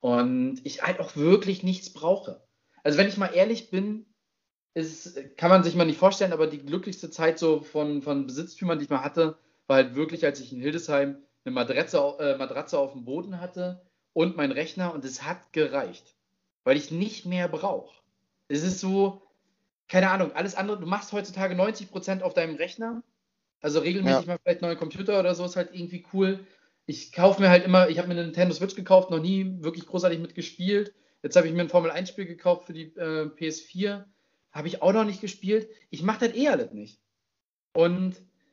Und ich halt auch wirklich nichts brauche. Also wenn ich mal ehrlich bin, ist, kann man sich mal nicht vorstellen, aber die glücklichste Zeit so von, von Besitztümern, die ich mal hatte, war halt wirklich, als ich in Hildesheim eine Matratze, au- äh, Matratze auf dem Boden hatte und mein Rechner und es hat gereicht, weil ich nicht mehr brauche. Es ist so, keine Ahnung, alles andere, du machst heutzutage neunzig Prozent auf deinem Rechner, also regelmäßig Ja. mal vielleicht einen neuen Computer oder so, ist halt irgendwie cool. Ich kaufe mir halt immer, ich habe mir eine Nintendo Switch gekauft, noch nie wirklich großartig mitgespielt. Jetzt habe ich mir ein Formel eins Spiel gekauft für die äh, P S vier. Habe ich auch noch nicht gespielt. Ich mache das eh alles nicht. Und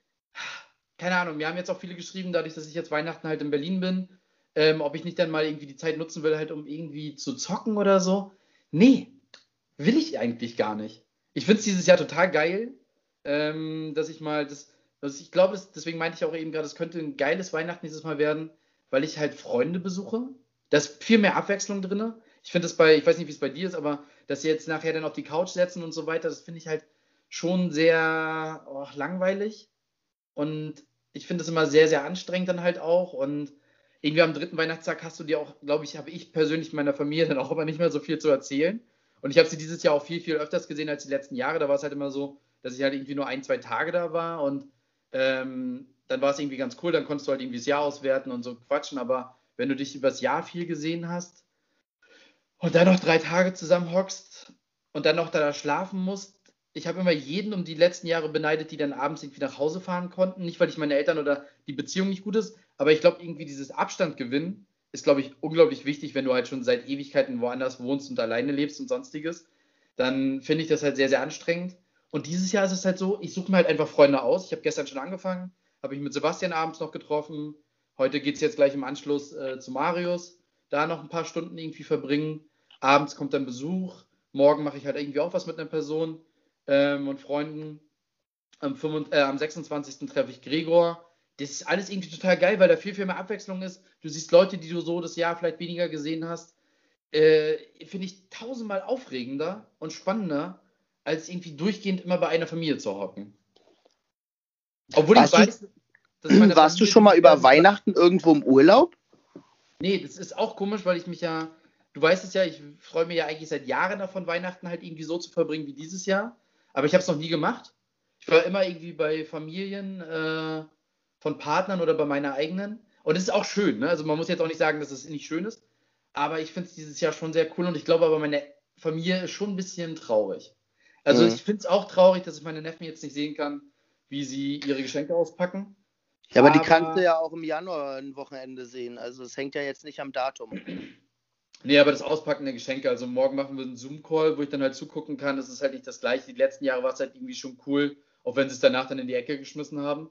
keine Ahnung, mir haben jetzt auch viele geschrieben, dadurch, dass ich jetzt Weihnachten halt in Berlin bin, ähm, ob ich nicht dann mal irgendwie die Zeit nutzen will, halt um irgendwie zu zocken oder so. Nee, will ich eigentlich gar nicht. Ich finde es dieses Jahr total geil, ähm, dass ich mal das, dass ich glaube, das- deswegen meinte ich auch eben gerade, es könnte ein geiles Weihnachten dieses Mal werden, weil ich halt Freunde besuche. Da ist viel mehr Abwechslung drin. Ich finde das bei, ich weiß nicht, wie es bei dir ist, aber dass sie jetzt nachher dann auf die Couch setzen und so weiter, das finde ich halt schon sehr oh, langweilig. Und ich finde es immer sehr, sehr anstrengend dann halt auch. Und irgendwie am dritten Weihnachtstag hast du dir auch, glaube ich, habe ich persönlich meiner Familie dann auch immer nicht mehr so viel zu erzählen. Und ich habe sie dieses Jahr auch viel, viel öfters gesehen als die letzten Jahre. Da war es halt immer so, dass ich halt irgendwie nur ein, zwei Tage da war. Und ähm, dann war es irgendwie ganz cool. Dann konntest du halt irgendwie das Jahr auswerten und so quatschen. Aber wenn du dich übers Jahr viel gesehen hast und dann noch drei Tage zusammen hockst und dann noch da schlafen musst, ich habe immer jeden um die letzten Jahre beneidet, die dann abends irgendwie nach Hause fahren konnten. Nicht, weil ich meine Eltern oder die Beziehung nicht gut ist, aber ich glaube, irgendwie dieses Abstand gewinnen ist, glaube ich, unglaublich wichtig, wenn du halt schon seit Ewigkeiten woanders wohnst und alleine lebst und sonstiges. Dann finde ich das halt sehr, sehr anstrengend. Und dieses Jahr ist es halt so, ich suche mir halt einfach Freunde aus. Ich habe gestern schon angefangen, habe ich mit Sebastian abends noch getroffen. Heute geht es jetzt gleich im Anschluss äh, zu Marius. Da noch ein paar Stunden irgendwie verbringen. Abends kommt dann Besuch. Morgen mache ich halt irgendwie auch was mit einer Person ähm, und Freunden. Am, fünfundzwanzigsten, äh, am sechsundzwanzigsten treffe ich Gregor. Das ist alles irgendwie total geil, weil da viel, viel mehr Abwechslung ist. Du siehst Leute, die du so das Jahr vielleicht weniger gesehen hast. Äh, Finde ich tausendmal aufregender und spannender, als irgendwie durchgehend immer bei einer Familie zu hocken. Obwohl Warst ich du- weiß, dass meine Warst du Familie schon mal dieses über Jahr- Weihnachten irgendwo im Urlaub? Nee, das ist auch komisch, weil ich mich ja, du weißt es ja, ich freue mich ja eigentlich seit Jahren davon, Weihnachten halt irgendwie so zu verbringen wie dieses Jahr. Aber ich habe es noch nie gemacht. Ich war immer irgendwie bei Familien äh, von Partnern oder bei meiner eigenen. Und es ist auch schön, ne? Also man muss jetzt auch nicht sagen, dass es nicht schön ist. Aber ich finde es dieses Jahr schon sehr cool und ich glaube aber, meine Familie ist schon ein bisschen traurig. Also Mhm. ich finde es auch traurig, dass ich meine Neffen jetzt nicht sehen kann, wie sie ihre Geschenke auspacken. Ja, aber die kannst Aber- du ja auch im Januar ein Wochenende sehen. Also es hängt ja jetzt nicht am Datum. Nee, aber das Auspacken der Geschenke, also morgen machen wir einen Zoom-Call, wo ich dann halt zugucken kann. Das ist halt nicht das Gleiche. Die letzten Jahre war es halt irgendwie schon cool, auch wenn sie es danach dann in die Ecke geschmissen haben.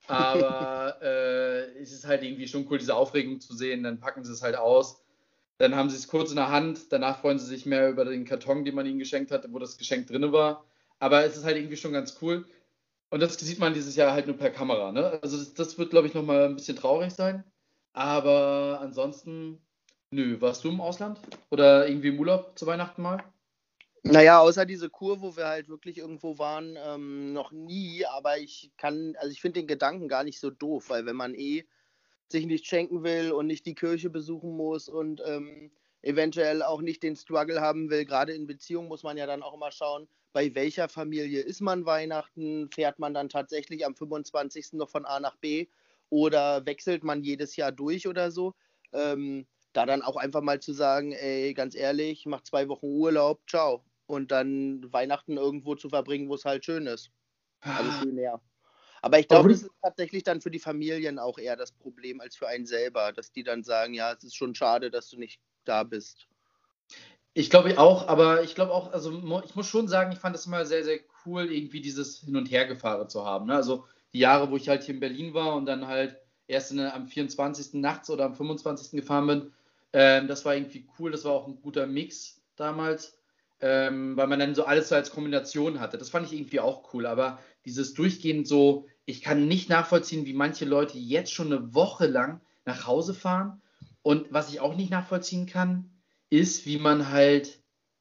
Aber äh, es ist halt irgendwie schon cool, diese Aufregung zu sehen. Dann packen sie es halt aus. Dann haben sie es kurz in der Hand. Danach freuen sie sich mehr über den Karton, den man ihnen geschenkt hatte, wo das Geschenk drin war. Aber es ist halt irgendwie schon ganz cool. Und das sieht man dieses Jahr halt nur per Kamera. Ne? Also das, das wird, glaube ich, nochmal ein bisschen traurig sein. Aber ansonsten, nö. Warst du im Ausland? Oder irgendwie im Urlaub zu Weihnachten mal? Naja, außer diese Kur, wo wir halt wirklich irgendwo waren, ähm, noch nie. Aber ich kann, also ich finde den Gedanken gar nicht so doof, weil wenn man eh sich nicht schenken will und nicht die Kirche besuchen muss und ähm, eventuell auch nicht den Struggle haben will, gerade in Beziehungen muss man ja dann auch immer schauen, bei welcher Familie ist man Weihnachten, fährt man dann tatsächlich am fünfundzwanzigsten noch von A nach B oder wechselt man jedes Jahr durch oder so. Ähm, da dann auch einfach mal zu sagen, ey, ganz ehrlich, mach zwei Wochen Urlaub, ciao. Und dann Weihnachten irgendwo zu verbringen, wo es halt schön ist. Also schön, ja. Aber ich Aber glaube, würde das ist tatsächlich dann für die Familien auch eher das Problem als für einen selber, dass die dann sagen, ja, es ist schon schade, dass du nicht da bist. Ich glaube ich auch, aber ich glaube auch, also mo- ich muss schon sagen, ich fand es immer sehr, sehr cool, irgendwie dieses Hin- und Hergefahren zu haben. Ne? Also die Jahre, wo ich halt hier in Berlin war und dann halt erst in, am vierundzwanzigsten nachts oder am fünfundzwanzigsten gefahren bin, ähm, das war irgendwie cool, das war auch ein guter Mix damals, ähm, weil man dann so alles so als Kombination hatte. Das fand ich irgendwie auch cool, aber dieses durchgehend so, ich kann nicht nachvollziehen, wie manche Leute jetzt schon eine Woche lang nach Hause fahren und was ich auch nicht nachvollziehen kann, ist, wie man halt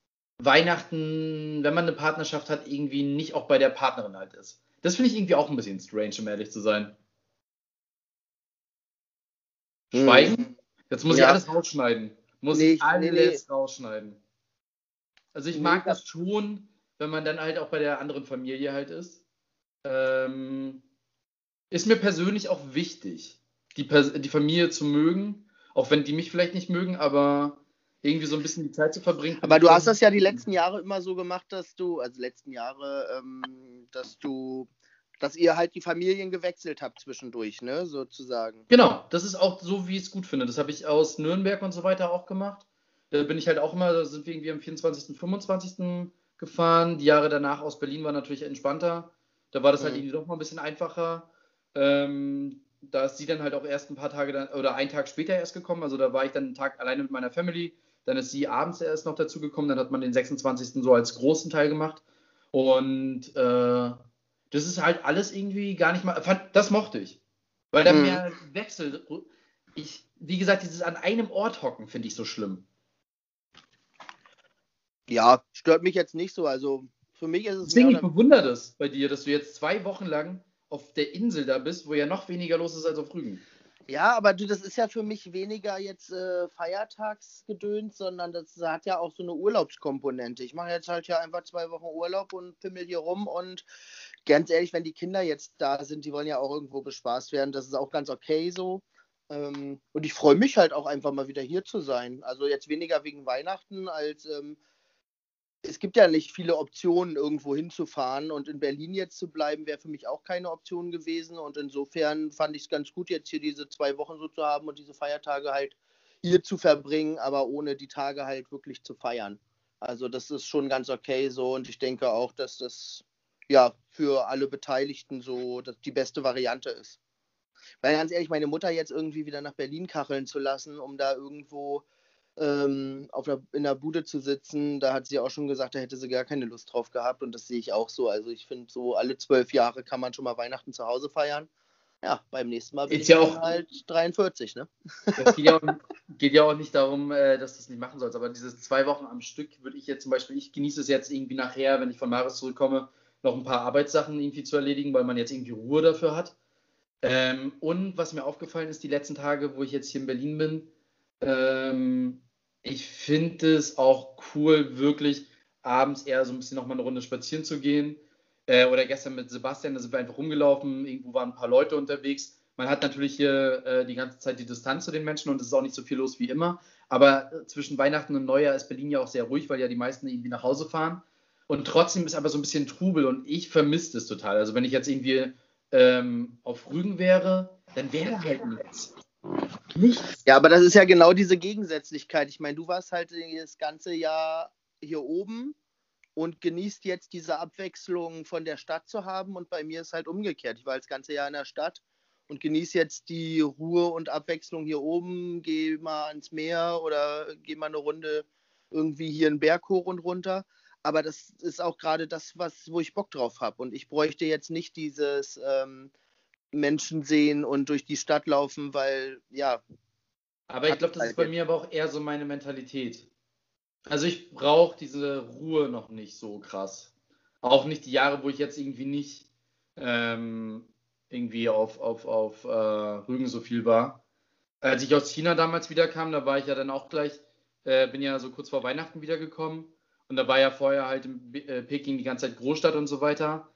Weihnachten, wenn man eine Partnerschaft hat, irgendwie nicht auch bei der Partnerin halt ist. Das finde ich irgendwie auch ein bisschen strange, um ehrlich zu sein. Hm. Schweigen? Jetzt muss ich Ja, alles rausschneiden. Muss nee, ich ich, nee, nee, alles rausschneiden. Also ich nee, mag ich hab, das schon, wenn man dann halt auch bei der anderen Familie halt ist. Ähm, ist mir persönlich auch wichtig, die, Pers die Familie zu mögen, auch wenn die mich vielleicht nicht mögen, aber irgendwie so ein bisschen die Zeit zu verbringen, finde aber ich du hast schon. das ja die letzten Jahre immer so gemacht, dass du, also letzten Jahre, ähm, dass du, dass ihr halt die Familien gewechselt habt zwischendurch, ne, sozusagen. Genau, das ist auch so, wie ich es gut finde. Das habe ich aus Nürnberg und so weiter auch gemacht. Da bin ich halt auch immer, da sind wir irgendwie am vierundzwanzigsten, fünfundzwanzigsten gefahren. Die Jahre danach aus Berlin war natürlich entspannter. Da war das halt Hm. irgendwie doch mal ein bisschen einfacher. Ähm, da ist sie dann halt auch erst ein paar Tage dann, oder einen Tag später erst gekommen. Also da war ich dann einen Tag alleine mit meiner Family. Dann ist sie abends erst noch dazu gekommen. Dann hat man den sechsundzwanzigsten so als großen Teil gemacht. Und äh, das ist halt alles irgendwie gar nicht mal. Fand, das mochte ich. Weil da Hm. mehr Wechsel. Ich, wie gesagt, dieses an einem Ort hocken finde ich so schlimm. Ja, stört mich jetzt nicht so. Also für mich ist es mehr Deswegen, ich oder bewundere das bei dir, dass du jetzt zwei Wochen lang auf der Insel da bist, wo ja noch weniger los ist als auf Rügen. Ja, aber du, das ist ja für mich weniger jetzt äh, Feiertagsgedöns, sondern das hat ja auch so eine Urlaubskomponente. Ich mache jetzt halt ja einfach zwei Wochen Urlaub und pimmel hier rum und ganz ehrlich, wenn die Kinder jetzt da sind, die wollen ja auch irgendwo bespaßt werden, das ist auch ganz okay so. Ähm, und ich freue mich halt auch einfach mal wieder hier zu sein. Also jetzt weniger wegen Weihnachten als ähm, es gibt ja nicht viele Optionen, irgendwo hinzufahren. Und in Berlin jetzt zu bleiben, wäre für mich auch keine Option gewesen. Und insofern fand ich es ganz gut, jetzt hier diese zwei Wochen so zu haben und diese Feiertage halt hier zu verbringen, aber ohne die Tage halt wirklich zu feiern. Also das ist schon ganz okay so. Und ich denke auch, dass das ja für alle Beteiligten so dass die beste Variante ist. Weil ganz ehrlich, meine Mutter jetzt irgendwie wieder nach Berlin kacheln zu lassen, um da irgendwo ähm, auf der, in der Bude zu sitzen, da hat sie auch schon gesagt, da hätte sie gar keine Lust drauf gehabt und das sehe ich auch so. Also ich finde, so alle zwölf Jahre kann man schon mal Weihnachten zu Hause feiern. Ja, beim nächsten Mal bin Ist ich ja dann auch, halt dreiundvierzig, ne? es geht ja auch, geht ja auch nicht darum, äh, dass du es nicht machen sollst, aber dieses zwei Wochen am Stück würde ich jetzt zum Beispiel, ich genieße es jetzt irgendwie nachher, wenn ich von Maris zurückkomme, noch ein paar Arbeitssachen irgendwie zu erledigen, weil man jetzt irgendwie Ruhe dafür hat. Ähm, und was mir aufgefallen ist, die letzten Tage, wo ich jetzt hier in Berlin bin, ähm, ich finde es auch cool, wirklich abends eher so ein bisschen nochmal eine Runde spazieren zu gehen. Äh, oder gestern mit Sebastian, da sind wir einfach rumgelaufen, irgendwo waren ein paar Leute unterwegs. Man hat natürlich hier äh, die ganze Zeit die Distanz zu den Menschen und es ist auch nicht so viel los wie immer. Aber äh, zwischen Weihnachten und Neujahr ist Berlin ja auch sehr ruhig, weil ja die meisten irgendwie nach Hause fahren. Und trotzdem ist aber so ein bisschen Trubel und ich vermisse das total. Also wenn ich jetzt irgendwie ähm, auf Rügen wäre, dann wäre halt nichts. Nichts. Ja, aber das ist ja genau diese Gegensätzlichkeit. Ich meine, du warst halt das ganze Jahr hier oben und genießt jetzt diese Abwechslung von der Stadt zu haben. Und bei mir ist halt umgekehrt. Ich war das ganze Jahr in der Stadt und genieße jetzt die Ruhe und Abwechslung hier oben. Gehe mal ans Meer oder gehe mal eine Runde irgendwie hier einen Berg hoch und runter. Aber das ist auch gerade das, was, wo ich Bock drauf habe. Und ich bräuchte jetzt nicht dieses ähm, Menschen sehen und durch die Stadt laufen, weil, ja, Aber ich hab glaube, ich das ist halt bei jetzt. mir aber auch eher so meine Mentalität. Also ich brauche diese Ruhe noch nicht so krass. Auch nicht die Jahre, wo ich jetzt irgendwie nicht ähm, irgendwie auf, auf, auf äh, Rügen so viel war. Als ich aus China damals wiederkam, da war ich ja dann auch gleich, äh, bin ja so kurz vor Weihnachten wiedergekommen. Und da war ja vorher halt in Be- äh, Peking die ganze Zeit Großstadt und so weiter.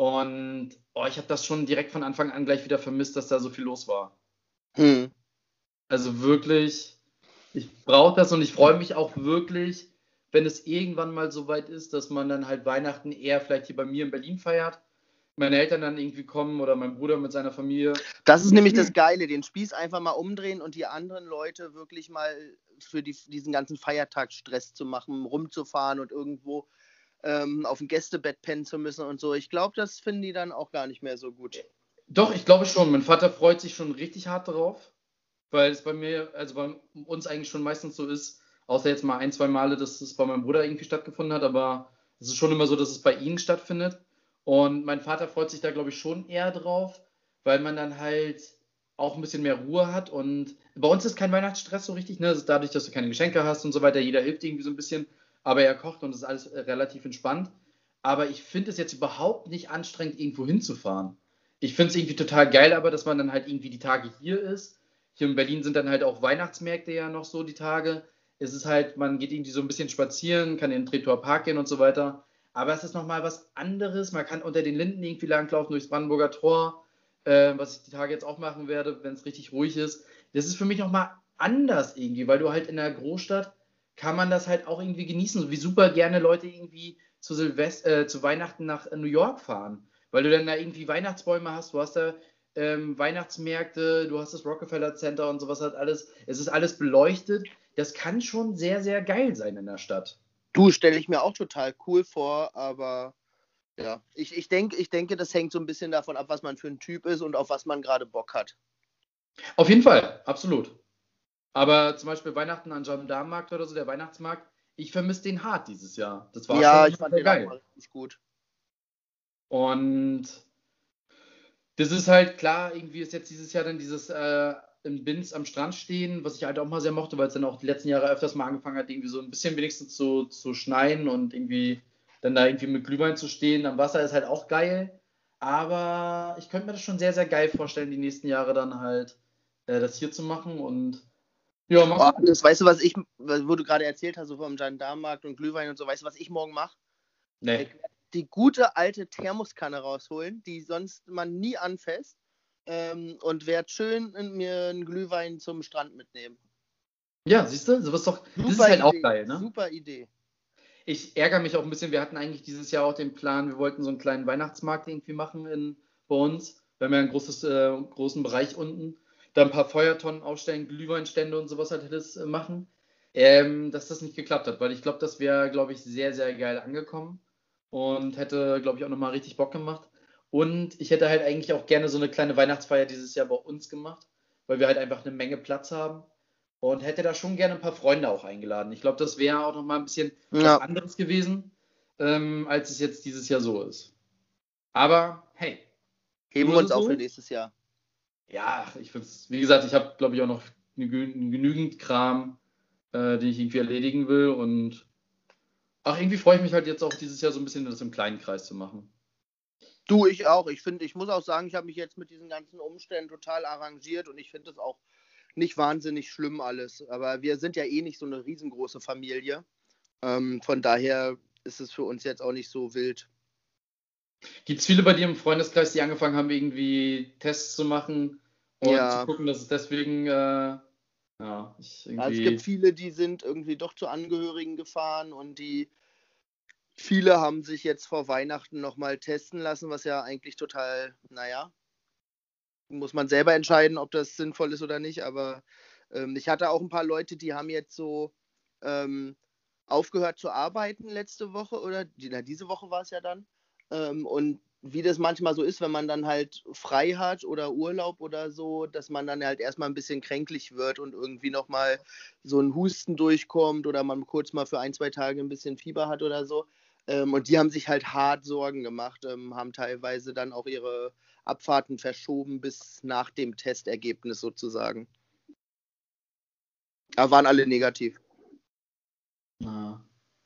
Und oh, ich habe das schon direkt von Anfang an gleich wieder vermisst, dass da so viel los war. Hm. Also wirklich, ich brauche das und ich freue mich auch wirklich, wenn es irgendwann mal so weit ist, dass man dann halt Weihnachten eher vielleicht hier bei mir in Berlin feiert, meine Eltern dann irgendwie kommen oder mein Bruder mit seiner Familie. Das ist nämlich das Geile, den Spieß einfach mal umdrehen und die anderen Leute wirklich mal für die, diesen ganzen Feiertagsstress zu machen, rumzufahren und irgendwo ähm, auf dem Gästebett pennen zu müssen und so. Ich glaube, das finden die dann auch gar nicht mehr so gut. Doch, ich glaube schon. Mein Vater freut sich schon richtig hart drauf, weil es bei mir, also bei uns eigentlich schon meistens so ist, außer jetzt mal ein, zwei Male, dass es bei meinem Bruder irgendwie stattgefunden hat, aber es ist schon immer so, dass es bei ihnen stattfindet. Und mein Vater freut sich da, glaube ich, schon eher drauf, weil man dann halt auch ein bisschen mehr Ruhe hat. Und bei uns ist kein Weihnachtsstress so richtig, ne? Das ist dadurch, dass du keine Geschenke hast und so weiter, jeder hilft irgendwie so ein bisschen, aber er kocht und es ist alles äh, relativ entspannt. Aber ich finde es jetzt überhaupt nicht anstrengend, irgendwo hinzufahren. Ich finde es irgendwie total geil, aber dass man dann halt irgendwie die Tage hier ist. Hier in Berlin sind dann halt auch Weihnachtsmärkte ja noch so die Tage. Es ist halt, man geht irgendwie so ein bisschen spazieren, kann in den Treptower Park gehen und so weiter. Aber es ist nochmal was anderes. Man kann unter den Linden irgendwie langlaufen durchs Brandenburger Tor, äh, was ich die Tage jetzt auch machen werde, wenn es richtig ruhig ist. Das ist für mich nochmal anders irgendwie, weil du halt in der Großstadt kann man das halt auch irgendwie genießen. Wie super gerne Leute irgendwie zu, Silvest äh, zu Weihnachten nach New York fahren, weil du dann da irgendwie Weihnachtsbäume hast, du hast da ähm, Weihnachtsmärkte, du hast das Rockefeller Center und sowas halt alles. Es ist alles beleuchtet. Das kann schon sehr, sehr geil sein in der Stadt. Du, stelle ich mir auch total cool vor, aber ja, ich, ich, denk, ich denke, das hängt so ein bisschen davon ab, was man für ein Typ ist und auf was man gerade Bock hat. Auf jeden Fall, absolut. Aber zum Beispiel Weihnachten an Gendarmenmarkt oder so, der Weihnachtsmarkt, ich vermisse den hart dieses Jahr. Das war Ja, schon ich fand sehr den auch geil. mal richtig gut. Und das ist halt klar, irgendwie ist jetzt dieses Jahr dann dieses äh, im Binz am Strand stehen, was ich halt auch mal sehr mochte, weil es dann auch die letzten Jahre öfters mal angefangen hat, irgendwie so ein bisschen wenigstens zu, zu schneien und irgendwie dann da irgendwie mit Glühwein zu stehen am Wasser ist halt auch geil. Aber ich könnte mir das schon sehr, sehr geil vorstellen, die nächsten Jahre dann halt äh, das hier zu machen und ja, mal Oh, gucken. das, weißt du, was ich, wo du gerade erzählt hast, so vom Gendarmenmarkt und Glühwein und so, weißt du, was ich morgen mache? Nee. Ich werde die gute alte Thermoskanne rausholen, die sonst man nie anfasst, ähm, und werde schön mir einen Glühwein zum Strand mitnehmen. Ja, siehst du, sowas doch, das ist Super halt auch Idee, geil, ne? super Idee. Ich ärgere mich auch ein bisschen. Wir hatten eigentlich dieses Jahr auch den Plan, wir wollten so einen kleinen Weihnachtsmarkt irgendwie machen in, bei uns. Wir haben ja einen großes, äh, großen Bereich unten. Da ein paar Feuertonnen aufstellen, Glühweinstände und sowas halt das äh, machen. Ähm, dass das nicht geklappt hat, weil ich glaube, das wäre, glaube ich, sehr, sehr geil angekommen und hätte, glaube ich, auch nochmal richtig Bock gemacht. Und ich hätte halt eigentlich auch gerne so eine kleine Weihnachtsfeier dieses Jahr bei uns gemacht, weil wir halt einfach eine Menge Platz haben und hätte da schon gerne ein paar Freunde auch eingeladen. Ich glaube, das wäre auch noch mal ein bisschen was Ja, anderes gewesen, ähm, als es jetzt dieses Jahr so ist. Aber hey, heben so wir ist uns es auch für so. nächstes Jahr. Ja, ich finde es, wie gesagt, ich habe, glaube ich, auch noch genü genügend Kram, äh, den ich irgendwie erledigen will. Und ach, irgendwie freue ich mich halt jetzt auch dieses Jahr so ein bisschen das im kleinen Kreis zu machen. Du, ich auch. Ich finde, ich muss auch sagen, ich habe mich jetzt mit diesen ganzen Umständen total arrangiert und ich finde es auch nicht wahnsinnig schlimm alles. Aber wir sind ja eh nicht so eine riesengroße Familie. Ähm, von daher ist es für uns jetzt auch nicht so wild. Gibt es viele bei dir im Freundeskreis, die angefangen haben, irgendwie Tests zu machen und zu Ja, gucken, dass es deswegen, äh, ja, ich also es gibt irgendwie. viele, die sind irgendwie doch zu Angehörigen gefahren und die viele haben sich jetzt vor Weihnachten nochmal testen lassen, was ja eigentlich total, naja, muss man selber entscheiden, ob das sinnvoll ist oder nicht. Aber ähm, ich hatte auch ein paar Leute, die haben jetzt so ähm, aufgehört zu arbeiten letzte Woche oder die, na, diese Woche war es ja dann. Ähm, und wie das manchmal so ist, wenn man dann halt frei hat oder Urlaub oder so, dass man dann halt erstmal ein bisschen kränklich wird und irgendwie nochmal so ein Husten durchkommt oder man kurz mal für ein, zwei Tage ein bisschen Fieber hat oder so. Ähm, und die haben sich halt hart Sorgen gemacht, ähm, haben teilweise dann auch ihre Abfahrten verschoben bis nach dem Testergebnis sozusagen. Aber waren alle negativ. Ah.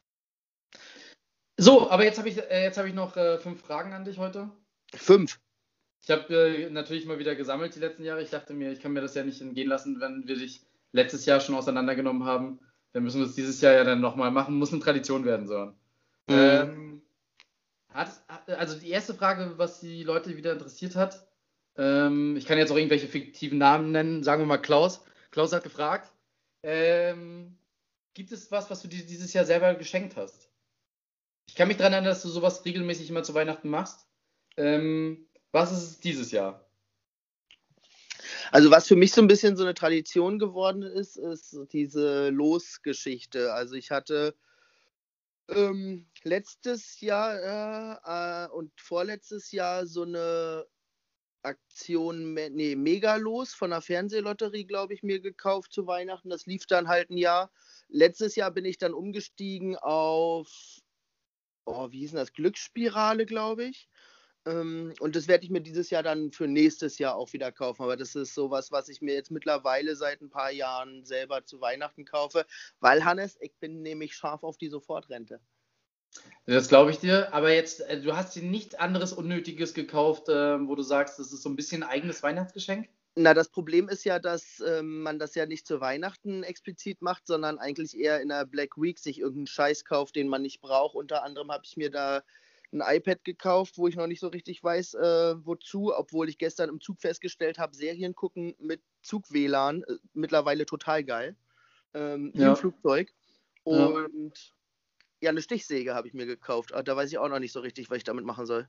So, aber jetzt habe ich, äh, jetzt hab ich noch äh, fünf Fragen an dich heute. Fünf. Ich habe äh, natürlich mal wieder gesammelt die letzten Jahre. Ich dachte mir, ich kann mir das ja nicht entgehen lassen, wenn wir dich letztes Jahr schon auseinandergenommen haben. Dann müssen wir es dieses Jahr ja dann nochmal machen. Muss eine Tradition werden, so. Mhm. Ähm, hat, also die erste Frage, was die Leute wieder interessiert hat, ähm, ich kann jetzt auch irgendwelche fiktiven Namen nennen, sagen wir mal Klaus. Klaus hat gefragt, ähm, gibt es was, was du dir dieses Jahr selber geschenkt hast? Ich kann mich daran erinnern, dass du sowas regelmäßig immer zu Weihnachten machst. Ähm, was ist es dieses Jahr? Also was für mich so ein bisschen so eine Tradition geworden ist, ist diese Losgeschichte. Also ich hatte ähm, letztes Jahr äh, äh, und vorletztes Jahr so eine Aktion, Me- nee, Megalos von der Fernsehlotterie, glaube ich, mir gekauft zu Weihnachten. Das lief dann halt ein Jahr. Letztes Jahr bin ich dann umgestiegen auf, oh, wie hieß denn das? Glücksspirale, glaube ich. Ähm, und das werde ich mir dieses Jahr dann für nächstes Jahr auch wieder kaufen. Aber das ist sowas, was ich mir jetzt mittlerweile seit ein paar Jahren selber zu Weihnachten kaufe. Weil, Hannes, ich bin nämlich scharf auf die Sofortrente. Das glaube ich dir, aber jetzt, äh, du hast dir nichts anderes Unnötiges gekauft, äh, wo du sagst, das ist so ein bisschen ein eigenes Weihnachtsgeschenk? Na, das Problem ist ja, dass ähm, man das ja nicht zu Weihnachten explizit macht, sondern eigentlich eher in der Black Week sich irgendeinen Scheiß kauft, den man nicht braucht. Unter anderem habe ich mir da ein iPad gekauft, wo ich noch nicht so richtig weiß, äh, wozu, obwohl ich gestern im Zug festgestellt habe, Serien gucken mit Zug-W L A N, äh, mittlerweile total geil, ähm, wie im Ja. Flugzeug. Ja. Und ja, eine Stichsäge habe ich mir gekauft. Aber da weiß ich auch noch nicht so richtig, was ich damit machen soll.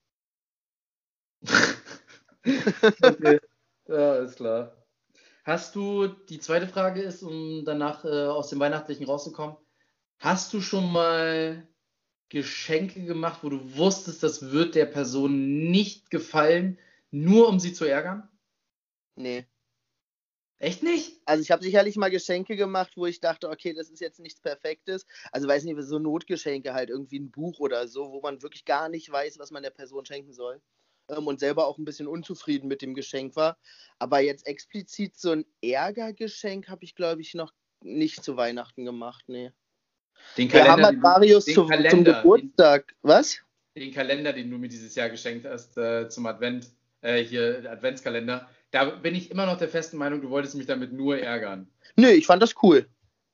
Okay, ja, ist klar. Hast du, die zweite Frage ist, um danach äh, aus dem Weihnachtlichen rauszukommen, hast du schon mal Geschenke gemacht, wo du wusstest, das wird der Person nicht gefallen, nur um sie zu ärgern? Nee. Echt nicht? Also ich habe sicherlich mal Geschenke gemacht, wo ich dachte, okay, das ist jetzt nichts Perfektes. Also weiß nicht, so Notgeschenke halt, irgendwie ein Buch oder so, wo man wirklich gar nicht weiß, was man der Person schenken soll. Ähm, und selber auch ein bisschen unzufrieden mit dem Geschenk war. Aber jetzt explizit so ein Ärgergeschenk habe ich, glaube ich, noch nicht zu Weihnachten gemacht, nee. Den Wir haben Kalender, halt den du, Marius den zu, zum Kalender, den, Geburtstag. Was? den Kalender, den du mir dieses Jahr geschenkt hast, äh, zum Advent, äh, hier, der Adventskalender, da bin ich immer noch der festen Meinung, du wolltest mich damit nur ärgern. Nö, ich fand das cool.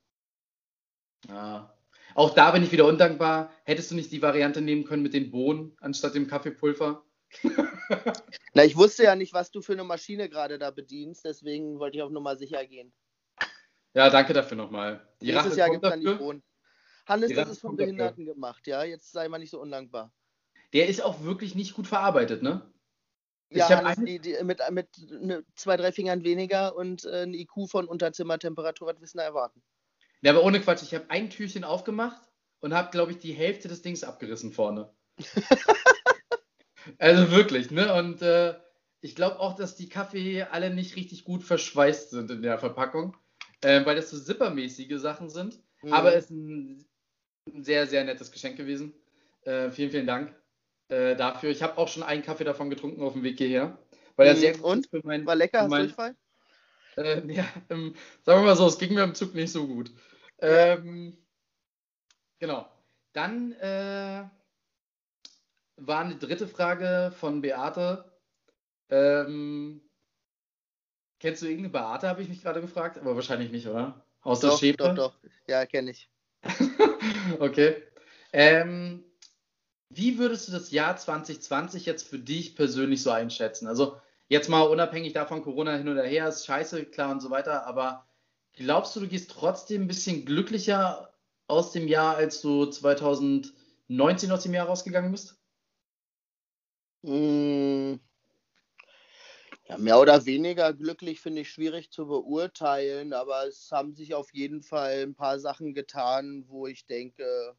Ja. Auch da bin ich wieder undankbar. Hättest du nicht die Variante nehmen können mit den Bohnen anstatt dem Kaffeepulver? Na, ich wusste ja nicht, was du für eine Maschine gerade da bedienst, deswegen wollte ich auf Nummer sicher gehen. Ja, danke dafür nochmal. Die Nächstes Rache Jahr kommt gibt es dann die dafür. Bohnen. Hannes, Die das Rache ist von kommt dafür. Behinderten gemacht, ja? Jetzt sei mal nicht so undankbar. Der ist auch wirklich nicht gut verarbeitet, ne? Ja, Ich habe Hannes, eine, die, die, mit, mit ne, zwei, drei Fingern weniger und äh, ein I Q von Unterzimmertemperatur, was willst du da erwarten? ja, aber ohne Quatsch, ich habe ein Türchen aufgemacht und habe, glaube ich, die Hälfte des Dings abgerissen vorne. Also wirklich, ne? Und äh, ich glaube auch, dass die Kaffee alle nicht richtig gut verschweißt sind in der Verpackung, äh, weil das so zippermäßige Sachen sind. Mhm. Aber es ist ein, ein sehr, sehr nettes Geschenk gewesen. Äh, vielen, vielen Dank äh, dafür. Ich habe auch schon einen Kaffee davon getrunken auf dem Weg hierher, weil er Mhm. sehr gut Und? ist für mein. War lecker, Für hast du mein Durchfall? äh, ja, ähm, sagen wir mal so, es ging mir im Zug nicht so gut. Ja. Ähm, genau. Dann äh, war eine dritte Frage von Beate. Ähm, kennst du irgendeine Beate, habe ich mich gerade gefragt, aber wahrscheinlich nicht, oder? Außer Doch, doch, Schäfer? doch. Ja, kenne ich. Okay. Ähm, wie würdest du das Jahr zwanzig zwanzig jetzt für dich persönlich so einschätzen? Also jetzt mal unabhängig davon, Corona hin oder her, ist scheiße, klar und so weiter, aber glaubst du, du gehst trotzdem ein bisschen glücklicher aus dem Jahr als so zwanzig neunzehn aus dem Jahr rausgegangen bist? Mm, Ja, mehr oder weniger glücklich finde ich schwierig zu beurteilen, aber es haben sich auf jeden Fall ein paar Sachen getan, wo ich denke,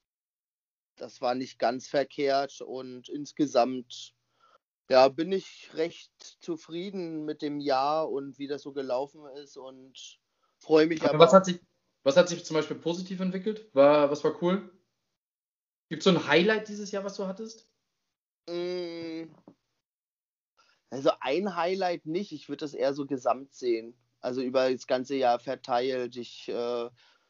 das war nicht ganz verkehrt und insgesamt, ja, bin ich recht zufrieden mit dem Jahr und wie das so gelaufen ist und freue mich Aber aber was auch. hat sich, was hat sich zum Beispiel positiv entwickelt? War, was war cool? Gibt es so ein Highlight dieses Jahr, was du hattest? Mm, Also ein Highlight nicht, ich würde das eher so gesamt sehen. Also über das ganze Jahr verteilt. Ich, äh,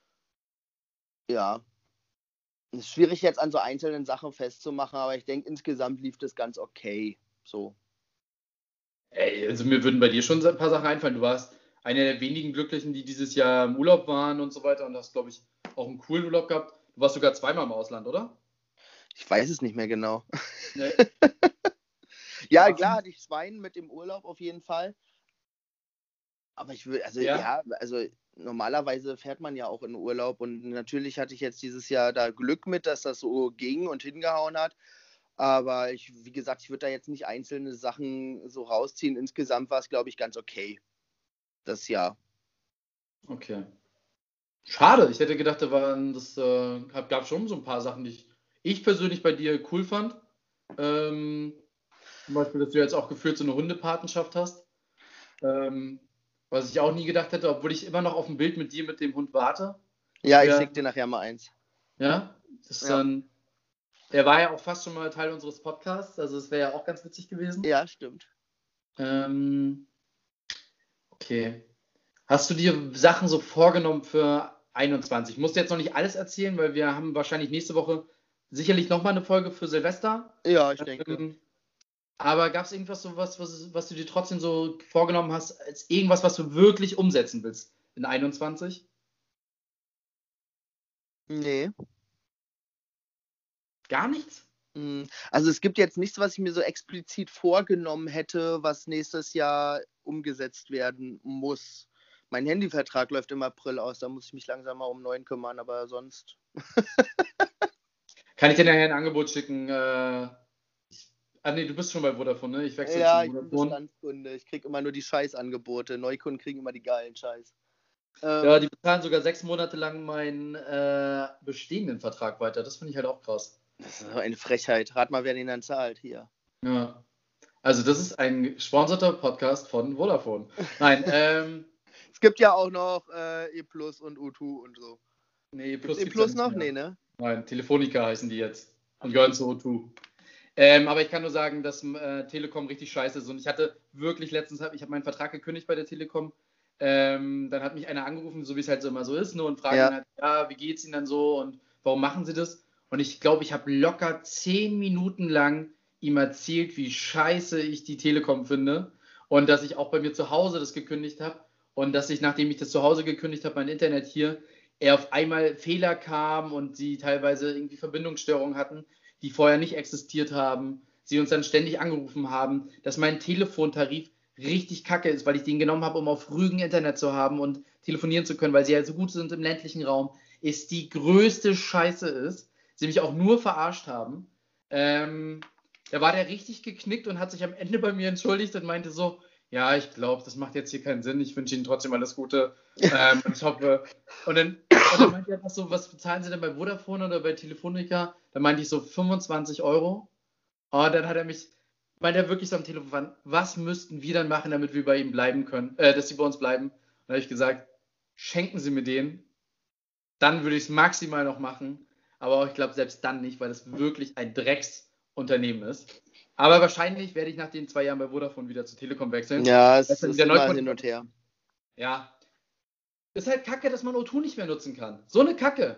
ja, es ist schwierig jetzt an so einzelnen Sachen festzumachen, aber ich denke, insgesamt lief das ganz okay. So. Ey, also mir würden bei dir schon ein paar Sachen einfallen. Du warst einer der wenigen Glücklichen, die dieses Jahr im Urlaub waren und so weiter und hast, glaube ich, auch einen coolen Urlaub gehabt. Du warst sogar zweimal im Ausland, oder? Ich weiß es nicht mehr genau. Nee. Ja, Warst du? klar hatte ich Schwein mit dem Urlaub auf jeden Fall. Aber ich will, also Ja. ja, also normalerweise fährt man ja auch in Urlaub und natürlich hatte ich jetzt dieses Jahr da Glück mit, dass das so ging und hingehauen hat. Aber ich, wie gesagt, ich würde da jetzt nicht einzelne Sachen so rausziehen. Insgesamt war es, glaube ich, ganz okay. Das Jahr. Okay. Schade, ich hätte gedacht, da waren das äh, gab gab schon so ein paar Sachen, die ich, ich persönlich bei dir cool fand. Ähm, zum Beispiel, dass du jetzt auch gefühlt so eine Hundepatenschaft hast. Ähm, was ich auch nie gedacht hätte, obwohl ich immer noch auf ein Bild mit dir mit dem Hund warte. Ja, ich Ja, schicke dir nachher mal eins. ja, das ist Ja, dann, er war ja auch fast schon mal Teil unseres Podcasts, also es wäre ja auch ganz witzig gewesen. ja, stimmt. Ähm, okay. Hast du dir Sachen so vorgenommen für einundzwanzig? Ich muss dir jetzt noch nicht alles erzählen, weil wir haben wahrscheinlich nächste Woche sicherlich nochmal eine Folge für Silvester. Ja, ich denke. Ähm, aber gab es irgendwas so was, was, was du dir trotzdem so vorgenommen hast, als irgendwas, was du wirklich umsetzen willst in einundzwanzig? Nee. Gar nichts? Hm, Also es gibt jetzt nichts, was ich mir so explizit vorgenommen hätte, was nächstes Jahr umgesetzt werden muss. Mein Handyvertrag läuft im April aus, da muss ich mich langsam mal um einen neuen kümmern, aber sonst. Kann ich dir nachher ein Angebot schicken? Äh, ich, ah nee, du bist schon bei Vodafone, ne? Ich wechsle zu Ja, ich bin Vodafone. Bestandskunde. Ich kriege immer nur die Scheißangebote. Neukunden kriegen immer die geilen Scheiß. Ähm, Ja, die bezahlen sogar sechs Monate lang meinen äh, bestehenden Vertrag weiter. Das finde ich halt auch krass. Das ist so eine Frechheit. Rat mal, wer den dann zahlt hier. Ja. Also das ist ein gesponserter Podcast von Vodafone. Nein, ähm, Es gibt ja auch noch äh, E Plus und U zwei und so. nee, Gibt's Plus E gibt's ja Plus nicht noch? mehr. Nee, ne? Nein, Telefonica heißen die jetzt und gehören zu O zwei. Ähm, aber ich kann nur sagen, dass äh, Telekom richtig scheiße ist. Und ich hatte wirklich letztens, hab, ich habe meinen Vertrag gekündigt bei der Telekom. Ähm, dann hat mich einer angerufen, so wie es halt so immer so ist, nur und fragt Ja. ihn halt, ja, wie geht's Ihnen dann so und warum machen Sie das? Und ich glaube, ich habe locker zehn Minuten lang ihm erzählt, wie scheiße ich die Telekom finde und dass ich auch bei mir zu Hause das gekündigt habe und dass ich, nachdem ich das zu Hause gekündigt habe, mein Internet hier, er auf einmal Fehler kam und sie teilweise irgendwie Verbindungsstörungen hatten, die vorher nicht existiert haben, sie uns dann ständig angerufen haben, dass mein Telefontarif richtig kacke ist, weil ich den genommen habe, um auf Rügen Internet zu haben und telefonieren zu können, weil sie ja so gut sind im ländlichen Raum, ist die größte Scheiße ist, sie mich auch nur verarscht haben. Ähm, da war der richtig geknickt und hat sich am Ende bei mir entschuldigt und meinte so, ja, ich glaube, das macht jetzt hier keinen Sinn, ich wünsche Ihnen trotzdem alles Gute ähm, und ich hoffe, und dann, und dann meinte er noch so, was bezahlen Sie denn bei Vodafone oder bei Telefonica? Da meinte ich so fünfundzwanzig Euro. Und dann hat er mich, meinte er wirklich so am Telefon, was müssten wir dann machen, damit wir bei ihm bleiben können, äh, dass sie bei uns bleiben? Und dann habe ich gesagt, schenken Sie mir den, dann würde ich es maximal noch machen. Aber ich glaube selbst dann nicht, weil es wirklich ein Drecksunternehmen ist. Aber wahrscheinlich werde ich nach den zwei Jahren bei Vodafone wieder zu Telekom wechseln. Ja, es Das ist dann ist wieder immer Neukunden- hin und her. Ja. Ist halt kacke, dass man O zwei nicht mehr nutzen kann. So eine Kacke.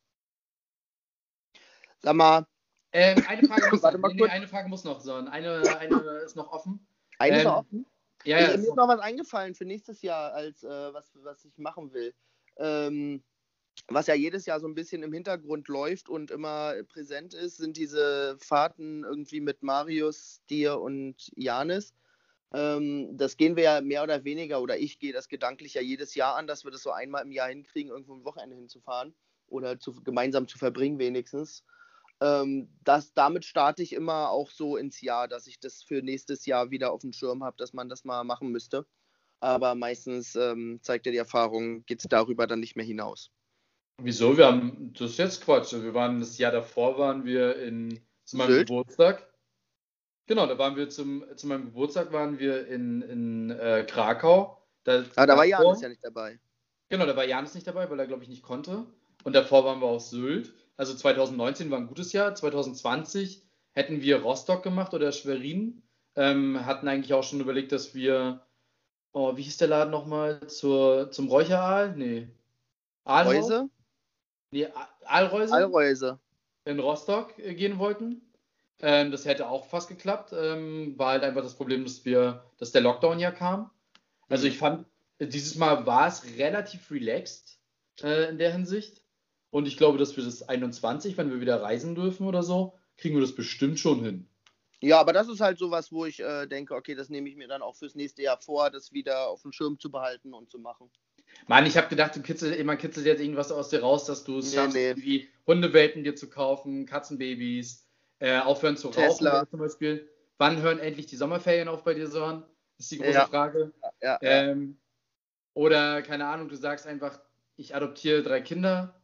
Sag mal, Ähm, eine Frage muss Warte noch. mal Nee, nee, kurz. eine Frage muss noch sein. Eine, eine ist noch offen. eine ist Ähm, noch offen. Ja, Ich, ja, mir ist ist noch, noch was eingefallen für nächstes Jahr, als äh, was, was ich machen will. Ähm, was ja jedes Jahr so ein bisschen im Hintergrund läuft und immer präsent ist, sind diese Fahrten irgendwie mit Marius, dir und Janis. Ähm, das gehen wir ja mehr oder weniger, oder ich gehe das gedanklich ja jedes Jahr an, dass wir das so einmal im Jahr hinkriegen, irgendwo ein Wochenende hinzufahren oder zu, gemeinsam zu verbringen wenigstens. Ähm, das, damit starte ich immer auch so ins Jahr, dass ich das für nächstes Jahr wieder auf dem Schirm habe, dass man das mal machen müsste. Aber meistens ähm, zeigt ja die Erfahrung, geht es darüber dann nicht mehr hinaus. Wieso? Wir haben, das ist jetzt Quatsch. Wir waren, das Jahr davor waren wir in, zu meinem Sylt? Geburtstag. Genau, da waren wir zum, zu meinem Geburtstag waren wir in, in äh, Krakau. Da, Ah, da war davor, Janis ja nicht dabei. Genau, da war Janis nicht dabei, weil er, glaube ich, nicht konnte. Und davor waren wir auf Sylt. Also zwanzig neunzehn war ein gutes Jahr. zwanzig zwanzig hätten wir Rostock gemacht oder Schwerin. Ähm, hatten eigentlich auch schon überlegt, dass wir, oh, wie hieß der Laden nochmal? Zur, zum Räucheraal? Nee. Aalhaus? Reuse? Nee, A- Aalreuse Allreuse. in Rostock äh, gehen wollten. Ähm, das hätte auch fast geklappt. Ähm, war halt einfach das Problem, dass wir, dass der Lockdown ja kam. Also Mhm. ich fand, dieses Mal war es relativ relaxed äh, in der Hinsicht. Und ich glaube, dass wir das einundzwanzig, wenn wir wieder reisen dürfen oder so, kriegen wir das bestimmt schon hin. Ja, aber das ist halt sowas, wo ich äh, denke, okay, das nehme ich mir dann auch fürs nächste Jahr vor, das wieder auf dem Schirm zu behalten und zu machen. Mann, ich habe gedacht, du kitzel, immer kitzelt jetzt irgendwas aus dir raus, dass du es Nee, schaffst, nee. irgendwie Hundewelpen dir zu kaufen, Katzenbabys, äh, aufhören zu rauchen, Tesla. wäre zum Beispiel. Wann hören endlich die Sommerferien auf bei dir, Sören? Ist die große Ja. Frage. Ja, ja. Ähm, oder, keine Ahnung, du sagst einfach, ich adoptiere drei Kinder.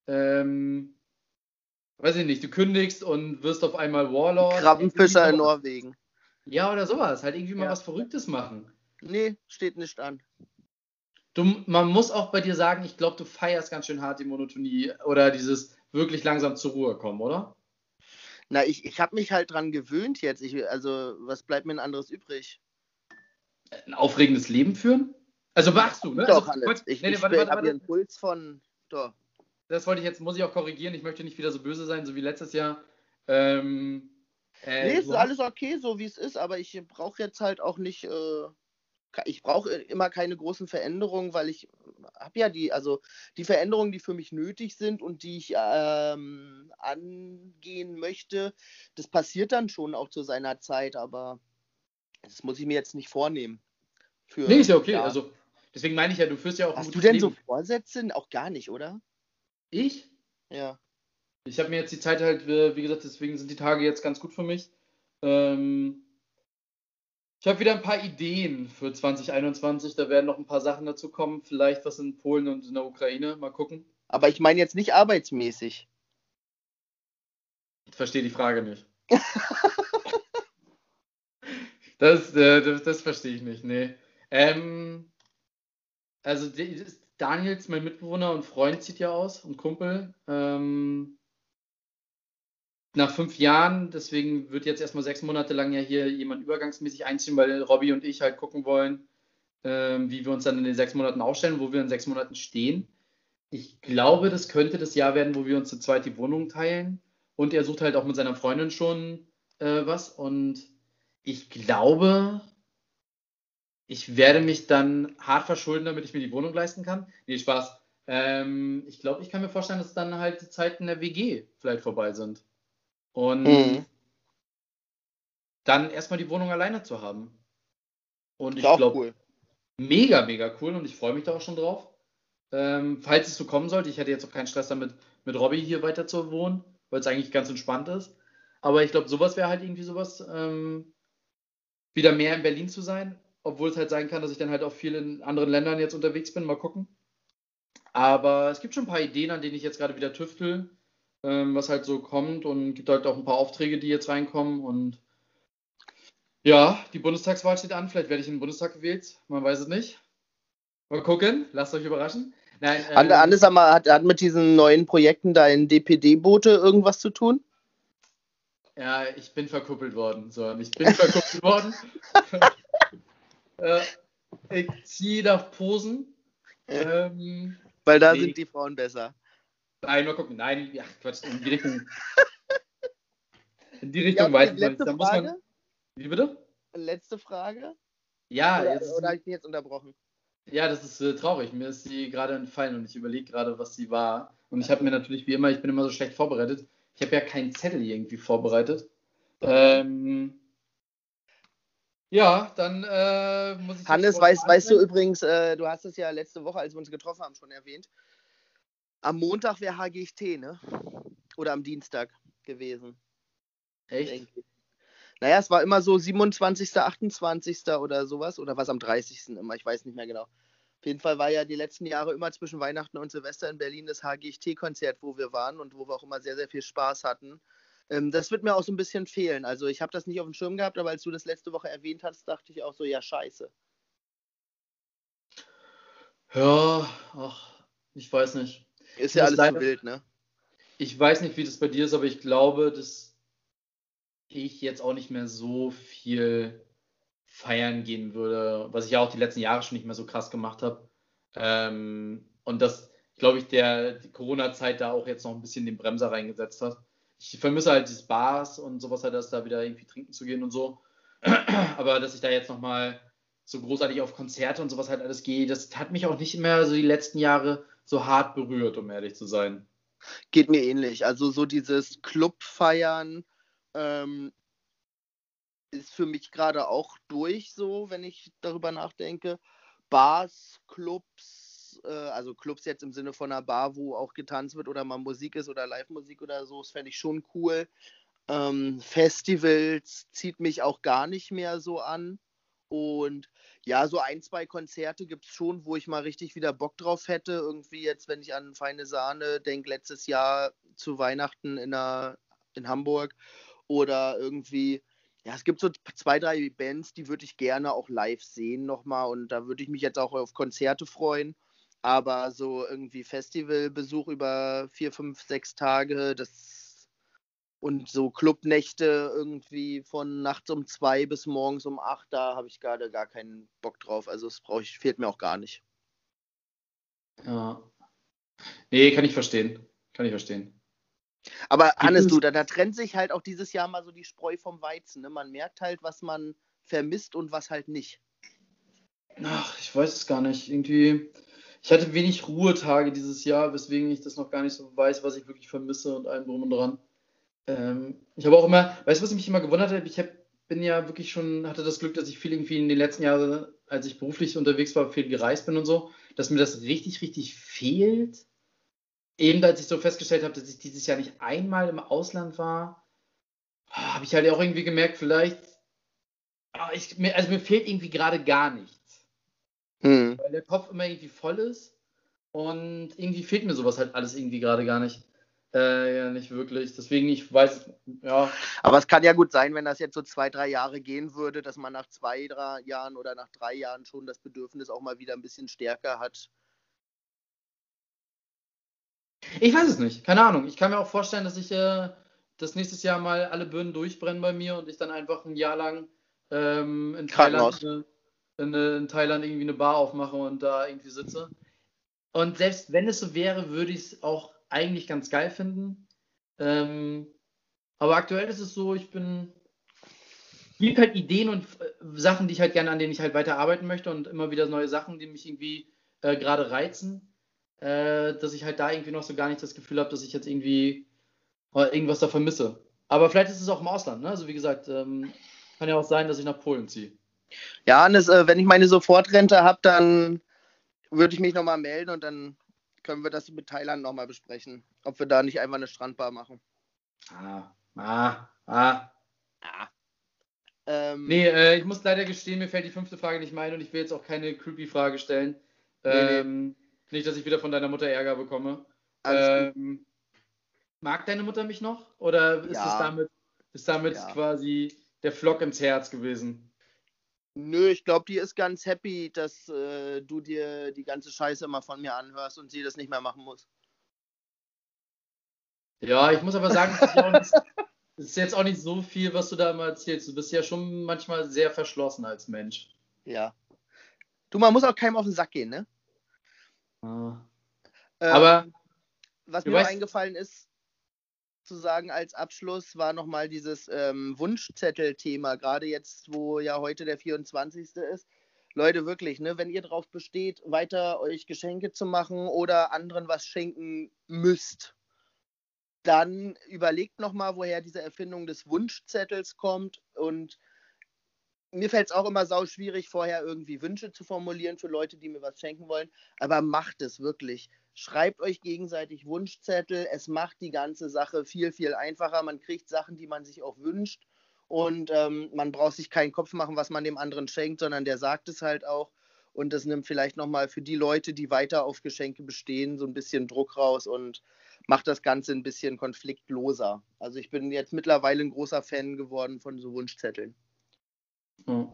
Ähm, weiß ich nicht, du kündigst und wirst auf einmal Warlord. Krabbenfischer in Irgendwie sowas. Norwegen. Ja, oder sowas. Halt irgendwie mal Ja. was Verrücktes machen. Nee, steht nicht an. Du, man muss auch bei dir sagen, ich glaube, du feierst ganz schön hart die Monotonie oder dieses wirklich langsam zur Ruhe kommen, oder? Na, ich, ich habe mich halt dran gewöhnt jetzt. Ich, also, was bleibt mir ein anderes übrig? Ein aufregendes Leben führen? Also machst du, ne? Doch, Also, Hannes. Ich, nee, nee, ich warte, warte, habe hier warte. einen Puls von. Doch. Das wollte ich jetzt, muss ich auch korrigieren. Ich möchte nicht wieder so böse sein, so wie letztes Jahr. Ähm, äh, Nee, es ist du hast, alles okay, so wie es ist, aber ich brauche jetzt halt auch nicht. Äh, ich brauche immer keine großen Veränderungen, weil ich habe ja die, also die Veränderungen, die für mich nötig sind und die ich ähm, angehen möchte, das passiert dann schon auch zu seiner Zeit, aber das muss ich mir jetzt nicht vornehmen. Für, nee, ist ja okay. ja. Also, deswegen meine ich ja, du führst ja auch ein Hast du gutes denn Leben. so Vorsätze? Auch gar nicht, oder? Ich? Ja. Ich habe mir jetzt die Zeit halt, äh, wie gesagt, deswegen sind die Tage jetzt ganz gut für mich. Ähm, ich habe wieder ein paar Ideen für zwanzig einundzwanzig. Da werden noch ein paar Sachen dazu kommen. Vielleicht was in Polen und in der Ukraine. Mal gucken. Aber ich meine jetzt nicht arbeitsmäßig. Ich verstehe die Frage nicht. Das, äh, das, das verstehe ich nicht, nee. Ähm, also die- das- Daniels, mein Mitbewohner und Freund, zieht ja aus und Kumpel. Ähm, nach fünf Jahren, deswegen wird jetzt erstmal sechs Monate lang ja hier jemand übergangsmäßig einziehen, weil Robby und ich halt gucken wollen, ähm, wie wir uns dann in den sechs Monaten aufstellen, wo wir in sechs Monaten stehen. Ich glaube, das könnte das Jahr werden, wo wir uns zu zweit die Wohnung teilen. Und er sucht halt auch mit seiner Freundin schon äh, was. Und ich glaube, ich werde mich dann hart verschulden, damit ich mir die Wohnung leisten kann. Nee, Spaß. Ähm, ich glaube, ich kann mir vorstellen, dass dann halt die Zeiten der W G vielleicht vorbei sind. Und Mhm. dann erstmal die Wohnung alleine zu haben. Und Ist ich auch glaube, cool. mega, mega cool und ich freue mich da auch schon drauf. Ähm, falls es so kommen sollte, ich hätte jetzt auch keinen Stress damit, mit Robby hier weiter zu wohnen, weil es eigentlich ganz entspannt ist. Aber ich glaube, sowas wäre halt irgendwie sowas, ähm, wieder mehr in Berlin zu sein, obwohl es halt sein kann, dass ich dann halt auch viel in anderen Ländern jetzt unterwegs bin. Mal gucken. Aber es gibt schon ein paar Ideen, an denen ich jetzt gerade wieder tüftel, ähm, was halt so kommt und gibt halt auch ein paar Aufträge, die jetzt reinkommen und ja, die Bundestagswahl steht an. Vielleicht werde ich in den Bundestag gewählt. Man weiß es nicht. Mal gucken. Lasst euch überraschen. Nein, Hat, ähm, Hannes aber, hat, hat mit diesen neuen Projekten da in D P D-Boote irgendwas zu tun? ja, ich bin verkuppelt worden. So, ich bin verkuppelt worden. äh, ich ziehe nach Posen. Ähm, Weil da nee. sind die Frauen besser. Nein, mal gucken. Nein, ach Quatsch, in die Richtung. In die Ja, Richtung okay, weiß ich noch nicht. letzte Da muss Frage. man. Wie bitte? Letzte Frage. Ja, Oder, jetzt ist oder habe ich dich jetzt unterbrochen? Ja, das ist äh, traurig. Mir ist sie gerade entfallen und ich überlege gerade, was sie war. Und ich habe mir natürlich, wie immer, ich bin immer so schlecht vorbereitet. Ich habe ja keinen Zettel irgendwie vorbereitet. Ähm, ja, dann äh, muss ich Hannes, jetzt weißt, weißt du sein. übrigens, äh, du hast es ja letzte Woche, als wir uns getroffen haben, schon erwähnt. Am Montag wäre H G T, ne? Oder am Dienstag. gewesen, Echt? denke ich. Naja, es war immer so siebenundzwanzigster, achtundzwanzigster oder sowas. Oder was am dreißigsten immer, ich weiß nicht mehr genau. Auf jeden Fall war ja die letzten Jahre immer zwischen Weihnachten und Silvester in Berlin das H G I T-Konzert, wo wir waren und wo wir auch immer sehr, sehr viel Spaß hatten. Ähm, das wird mir auch so ein bisschen fehlen. Also ich habe das nicht auf dem Schirm gehabt, aber als du das letzte Woche erwähnt hast, dachte ich auch so, ja, scheiße. Ja, ach, ich weiß nicht. Ist Ich ja muss alles zu leider, wild, ne? ich weiß nicht, wie das bei dir ist, aber ich glaube, dass ich jetzt auch nicht mehr so viel feiern gehen würde, was ich ja auch die letzten Jahre schon nicht mehr so krass gemacht habe. Ähm, und dass, glaube ich, der die Corona-Zeit da auch jetzt noch ein bisschen den Bremser reingesetzt hat. Ich vermisse halt die Bars und sowas halt, dass da wieder irgendwie trinken zu gehen und so. Aber dass ich da jetzt nochmal so großartig auf Konzerte und sowas halt alles gehe, das hat mich auch nicht mehr so die letzten Jahre so hart berührt, um ehrlich zu sein. Geht mir ähnlich. Also so dieses Clubfeiern ähm, ist für mich gerade auch durch, so, wenn ich darüber nachdenke. Bars, Clubs, äh, also Clubs jetzt im Sinne von einer Bar, wo auch getanzt wird oder mal Musik ist oder Live-Musik oder so, das fände ich schon cool. Ähm, Festivals zieht mich auch gar nicht mehr so an. Und ja, so ein, zwei Konzerte gibt es schon, wo ich mal richtig wieder Bock drauf hätte. Irgendwie jetzt, wenn ich an Feine Sahne denke, letztes Jahr zu Weihnachten in, einer, in Hamburg. Oder irgendwie, ja, es gibt so zwei, drei Bands, die würde ich gerne auch live sehen nochmal. Und da würde ich mich jetzt auch auf Konzerte freuen. Aber so irgendwie Festivalbesuch über vier, fünf, sechs Tage, das und so Clubnächte irgendwie von nachts um zwei bis morgens um acht, da habe ich gerade gar keinen Bock drauf. Also es brauche ich, fehlt mir auch gar nicht. Ja. Nee, kann ich verstehen. Kann ich verstehen. Aber Gibt Hannes, es, du, da, da trennt sich halt auch dieses Jahr mal so die Spreu vom Weizen. Ne? Man merkt halt, was man vermisst und was halt nicht. ach, ich weiß es gar nicht. Irgendwie, ich hatte wenig Ruhetage dieses Jahr, weswegen ich das noch gar nicht so weiß, was ich wirklich vermisse und allem drum und dran. Ähm, ich habe auch immer, weißt du, was mich immer gewundert hat? Ich hab, bin ja wirklich schon, hatte das Glück, dass ich viel irgendwie in den letzten Jahren, als ich beruflich unterwegs war, viel gereist bin und so, dass mir das richtig, richtig fehlt. Eben als ich so festgestellt habe, dass ich dieses Jahr nicht einmal im Ausland war, habe ich halt auch irgendwie gemerkt, vielleicht, ah, ich, mir, also mir fehlt irgendwie gerade gar nichts. Hm. Weil der Kopf immer irgendwie voll ist und irgendwie fehlt mir sowas halt alles irgendwie gerade gar nicht. Äh, ja, nicht wirklich. Deswegen, ich weiß, ja. Aber es kann ja gut sein, wenn das jetzt so zwei, drei Jahre gehen würde, dass man nach zwei, drei Jahren oder nach drei Jahren schon das Bedürfnis auch mal wieder ein bisschen stärker hat. Ich weiß es nicht, keine Ahnung. Ich kann mir auch vorstellen, dass ich äh, das nächstes Jahr mal alle Birnen durchbrennen bei mir und ich dann einfach ein Jahr lang ähm, in Thailand Krankenhaus. eine, in, in Thailand irgendwie eine Bar aufmache und da irgendwie sitze. Und selbst wenn es so wäre, würde ich es auch eigentlich ganz geil finden. Ähm, aber aktuell ist es so, ich bin. Es gibt halt Ideen und äh, Sachen, die ich halt gerne, an denen ich halt weiter arbeiten möchte und immer wieder neue Sachen, die mich irgendwie äh, gerade reizen, äh, dass ich halt da irgendwie noch so gar nicht das Gefühl habe, dass ich jetzt irgendwie äh, irgendwas da vermisse. Aber vielleicht ist es auch im Ausland, ne? Also wie gesagt, ähm, kann ja auch sein, dass ich nach Polen ziehe. Ja, Hannes, äh, wenn ich meine Sofortrente habe, dann würde ich mich nochmal melden und dann können wir das mit Thailand nochmal besprechen. Ob wir da nicht einfach eine Strandbar machen. Ah, ah, ah. Ja. Ähm, Nee, äh, ich muss leider gestehen, mir fällt die fünfte Frage nicht mehr ein und ich will jetzt auch keine creepy Frage stellen. nee, nee, Ähm, nicht, dass ich wieder von deiner Mutter Ärger bekomme. alles gut. Ähm, Mag deine Mutter mich noch? Oder ist es Ja, damit, ist damit ja. quasi der Flock ins Herz gewesen? Nö, ich glaube, die ist ganz happy, dass äh, du dir die ganze Scheiße immer von mir anhörst und sie das nicht mehr machen muss. Ja, ich muss aber sagen, es ist, ja auch nicht, es ist jetzt auch nicht so viel, was du da immer erzählst. Du bist ja schon manchmal sehr verschlossen als Mensch. Ja. Du, man muss auch keinem auf den Sack gehen, ne? Ah. Aber Ähm, was du mir noch weißt, eingefallen ist, zu sagen als Abschluss, war nochmal dieses ähm, Wunschzettel-Thema, gerade jetzt, wo ja heute der vierundzwanzigste ist. Leute, wirklich, ne, wenn ihr drauf besteht, weiter euch Geschenke zu machen oder anderen was schenken müsst, dann überlegt nochmal, woher diese Erfindung des Wunschzettels kommt und mir fällt es auch immer sau schwierig, vorher irgendwie Wünsche zu formulieren für Leute, die mir was schenken wollen. Aber macht es wirklich. Schreibt euch gegenseitig Wunschzettel. Es macht die ganze Sache viel, viel einfacher. Man kriegt Sachen, die man sich auch wünscht. Und ähm, man braucht sich keinen Kopf machen, was man dem anderen schenkt, sondern der sagt es halt auch. Und das nimmt vielleicht nochmal für die Leute, die weiter auf Geschenke bestehen, so ein bisschen Druck raus und macht das Ganze ein bisschen konfliktloser. Also ich bin jetzt mittlerweile ein großer Fan geworden von so Wunschzetteln. Ja.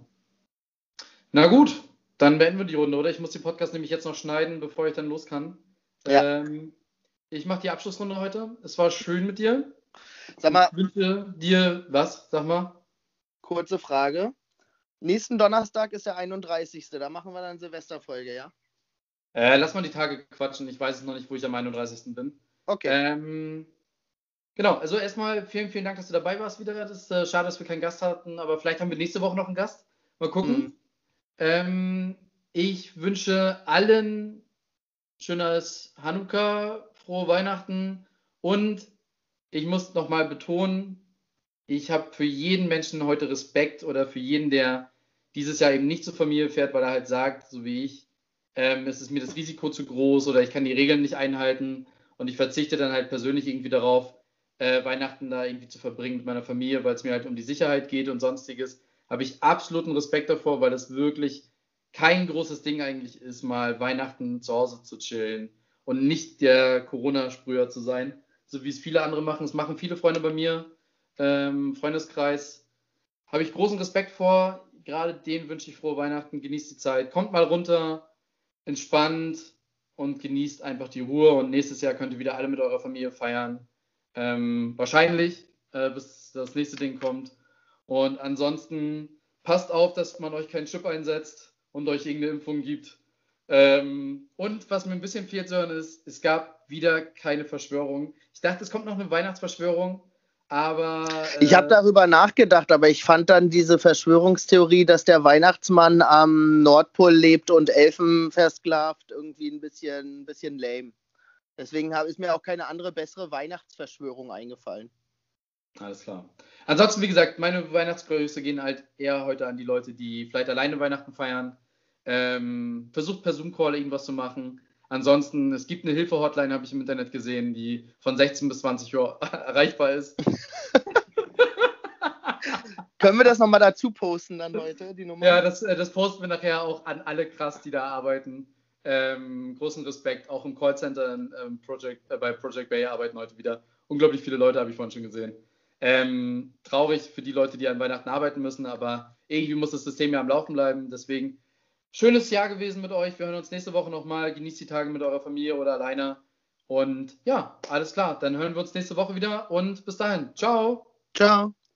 Na gut, dann beenden wir die Runde, oder? Ich muss den Podcast nämlich jetzt noch schneiden, bevor ich dann los kann. Ja. Ähm, ich mache die Abschlussrunde heute. Es war schön mit dir. Sag mal, Ich wünsche dir was, sag mal. kurze Frage. Nächsten Donnerstag ist der einunddreißigste Da machen wir dann Silvesterfolge, ja? Äh, lass mal die Tage quatschen. Ich weiß es noch nicht, wo ich am einunddreißigsten bin. Okay. Ähm, genau, also erstmal vielen, vielen Dank, dass du dabei warst wieder. Das ist äh, schade, dass wir keinen Gast hatten, aber vielleicht haben wir nächste Woche noch einen Gast. Mal gucken. Mhm. Ähm, ich wünsche allen schönes Hanukkah, frohe Weihnachten und ich muss nochmal betonen, ich habe für jeden Menschen heute Respekt oder für jeden, der dieses Jahr eben nicht zur Familie fährt, weil er halt sagt, so wie ich, ähm, es ist mir das Risiko zu groß oder ich kann die Regeln nicht einhalten und ich verzichte dann halt persönlich irgendwie darauf, äh, Weihnachten da irgendwie zu verbringen mit meiner Familie, weil es mir halt um die Sicherheit geht und sonstiges, habe ich absoluten Respekt davor, weil das wirklich kein großes Ding eigentlich ist, mal Weihnachten zu Hause zu chillen und nicht der Corona-Sprüher zu sein, so wie es viele andere machen. Es machen viele Freunde bei mir, ähm, Freundeskreis, habe ich großen Respekt vor. Gerade denen wünsche ich frohe Weihnachten, genießt die Zeit, kommt mal runter, entspannt und genießt einfach die Ruhe und nächstes Jahr könnt ihr wieder alle mit eurer Familie feiern. Ähm, wahrscheinlich, äh, bis das nächste Ding kommt. Und ansonsten passt auf, dass man euch keinen Chip einsetzt und euch irgendeine Impfung gibt. Ähm, und was mir ein bisschen fehlt zu hören ist, es gab wieder keine Verschwörung. Ich dachte, es kommt noch eine Weihnachtsverschwörung, aber... Äh, Ich habe darüber nachgedacht, aber ich fand dann diese Verschwörungstheorie, dass der Weihnachtsmann am Nordpol lebt und Elfen versklavt, irgendwie ein bisschen, ein bisschen lame. Deswegen hab, ist mir auch keine andere bessere Weihnachtsverschwörung eingefallen. Alles klar. Ansonsten, wie gesagt, meine Weihnachtsgrüße gehen halt eher heute an die Leute, die vielleicht alleine Weihnachten feiern. Ähm, versucht per Zoom-Call irgendwas zu machen. Ansonsten, es gibt eine Hilfe-Hotline, habe ich im Internet gesehen, die von sechzehn bis zwanzig Uhr erreichbar ist. Können wir das nochmal dazu posten dann heute, die Nummer? Ja, das, das posten wir nachher auch an alle krass, die da arbeiten. Ähm, großen Respekt, auch im Callcenter ähm, Project, äh, bei Project Bay arbeiten heute wieder unglaublich viele Leute, habe ich vorhin schon gesehen. Ähm, traurig für die Leute, die an Weihnachten arbeiten müssen, aber irgendwie muss das System ja am Laufen bleiben. Deswegen schönes Jahr gewesen mit euch. Wir hören uns nächste Woche nochmal. Genießt die Tage mit eurer Familie oder alleine. Und ja, alles klar. Dann hören wir uns nächste Woche wieder und bis dahin. Ciao. Ciao.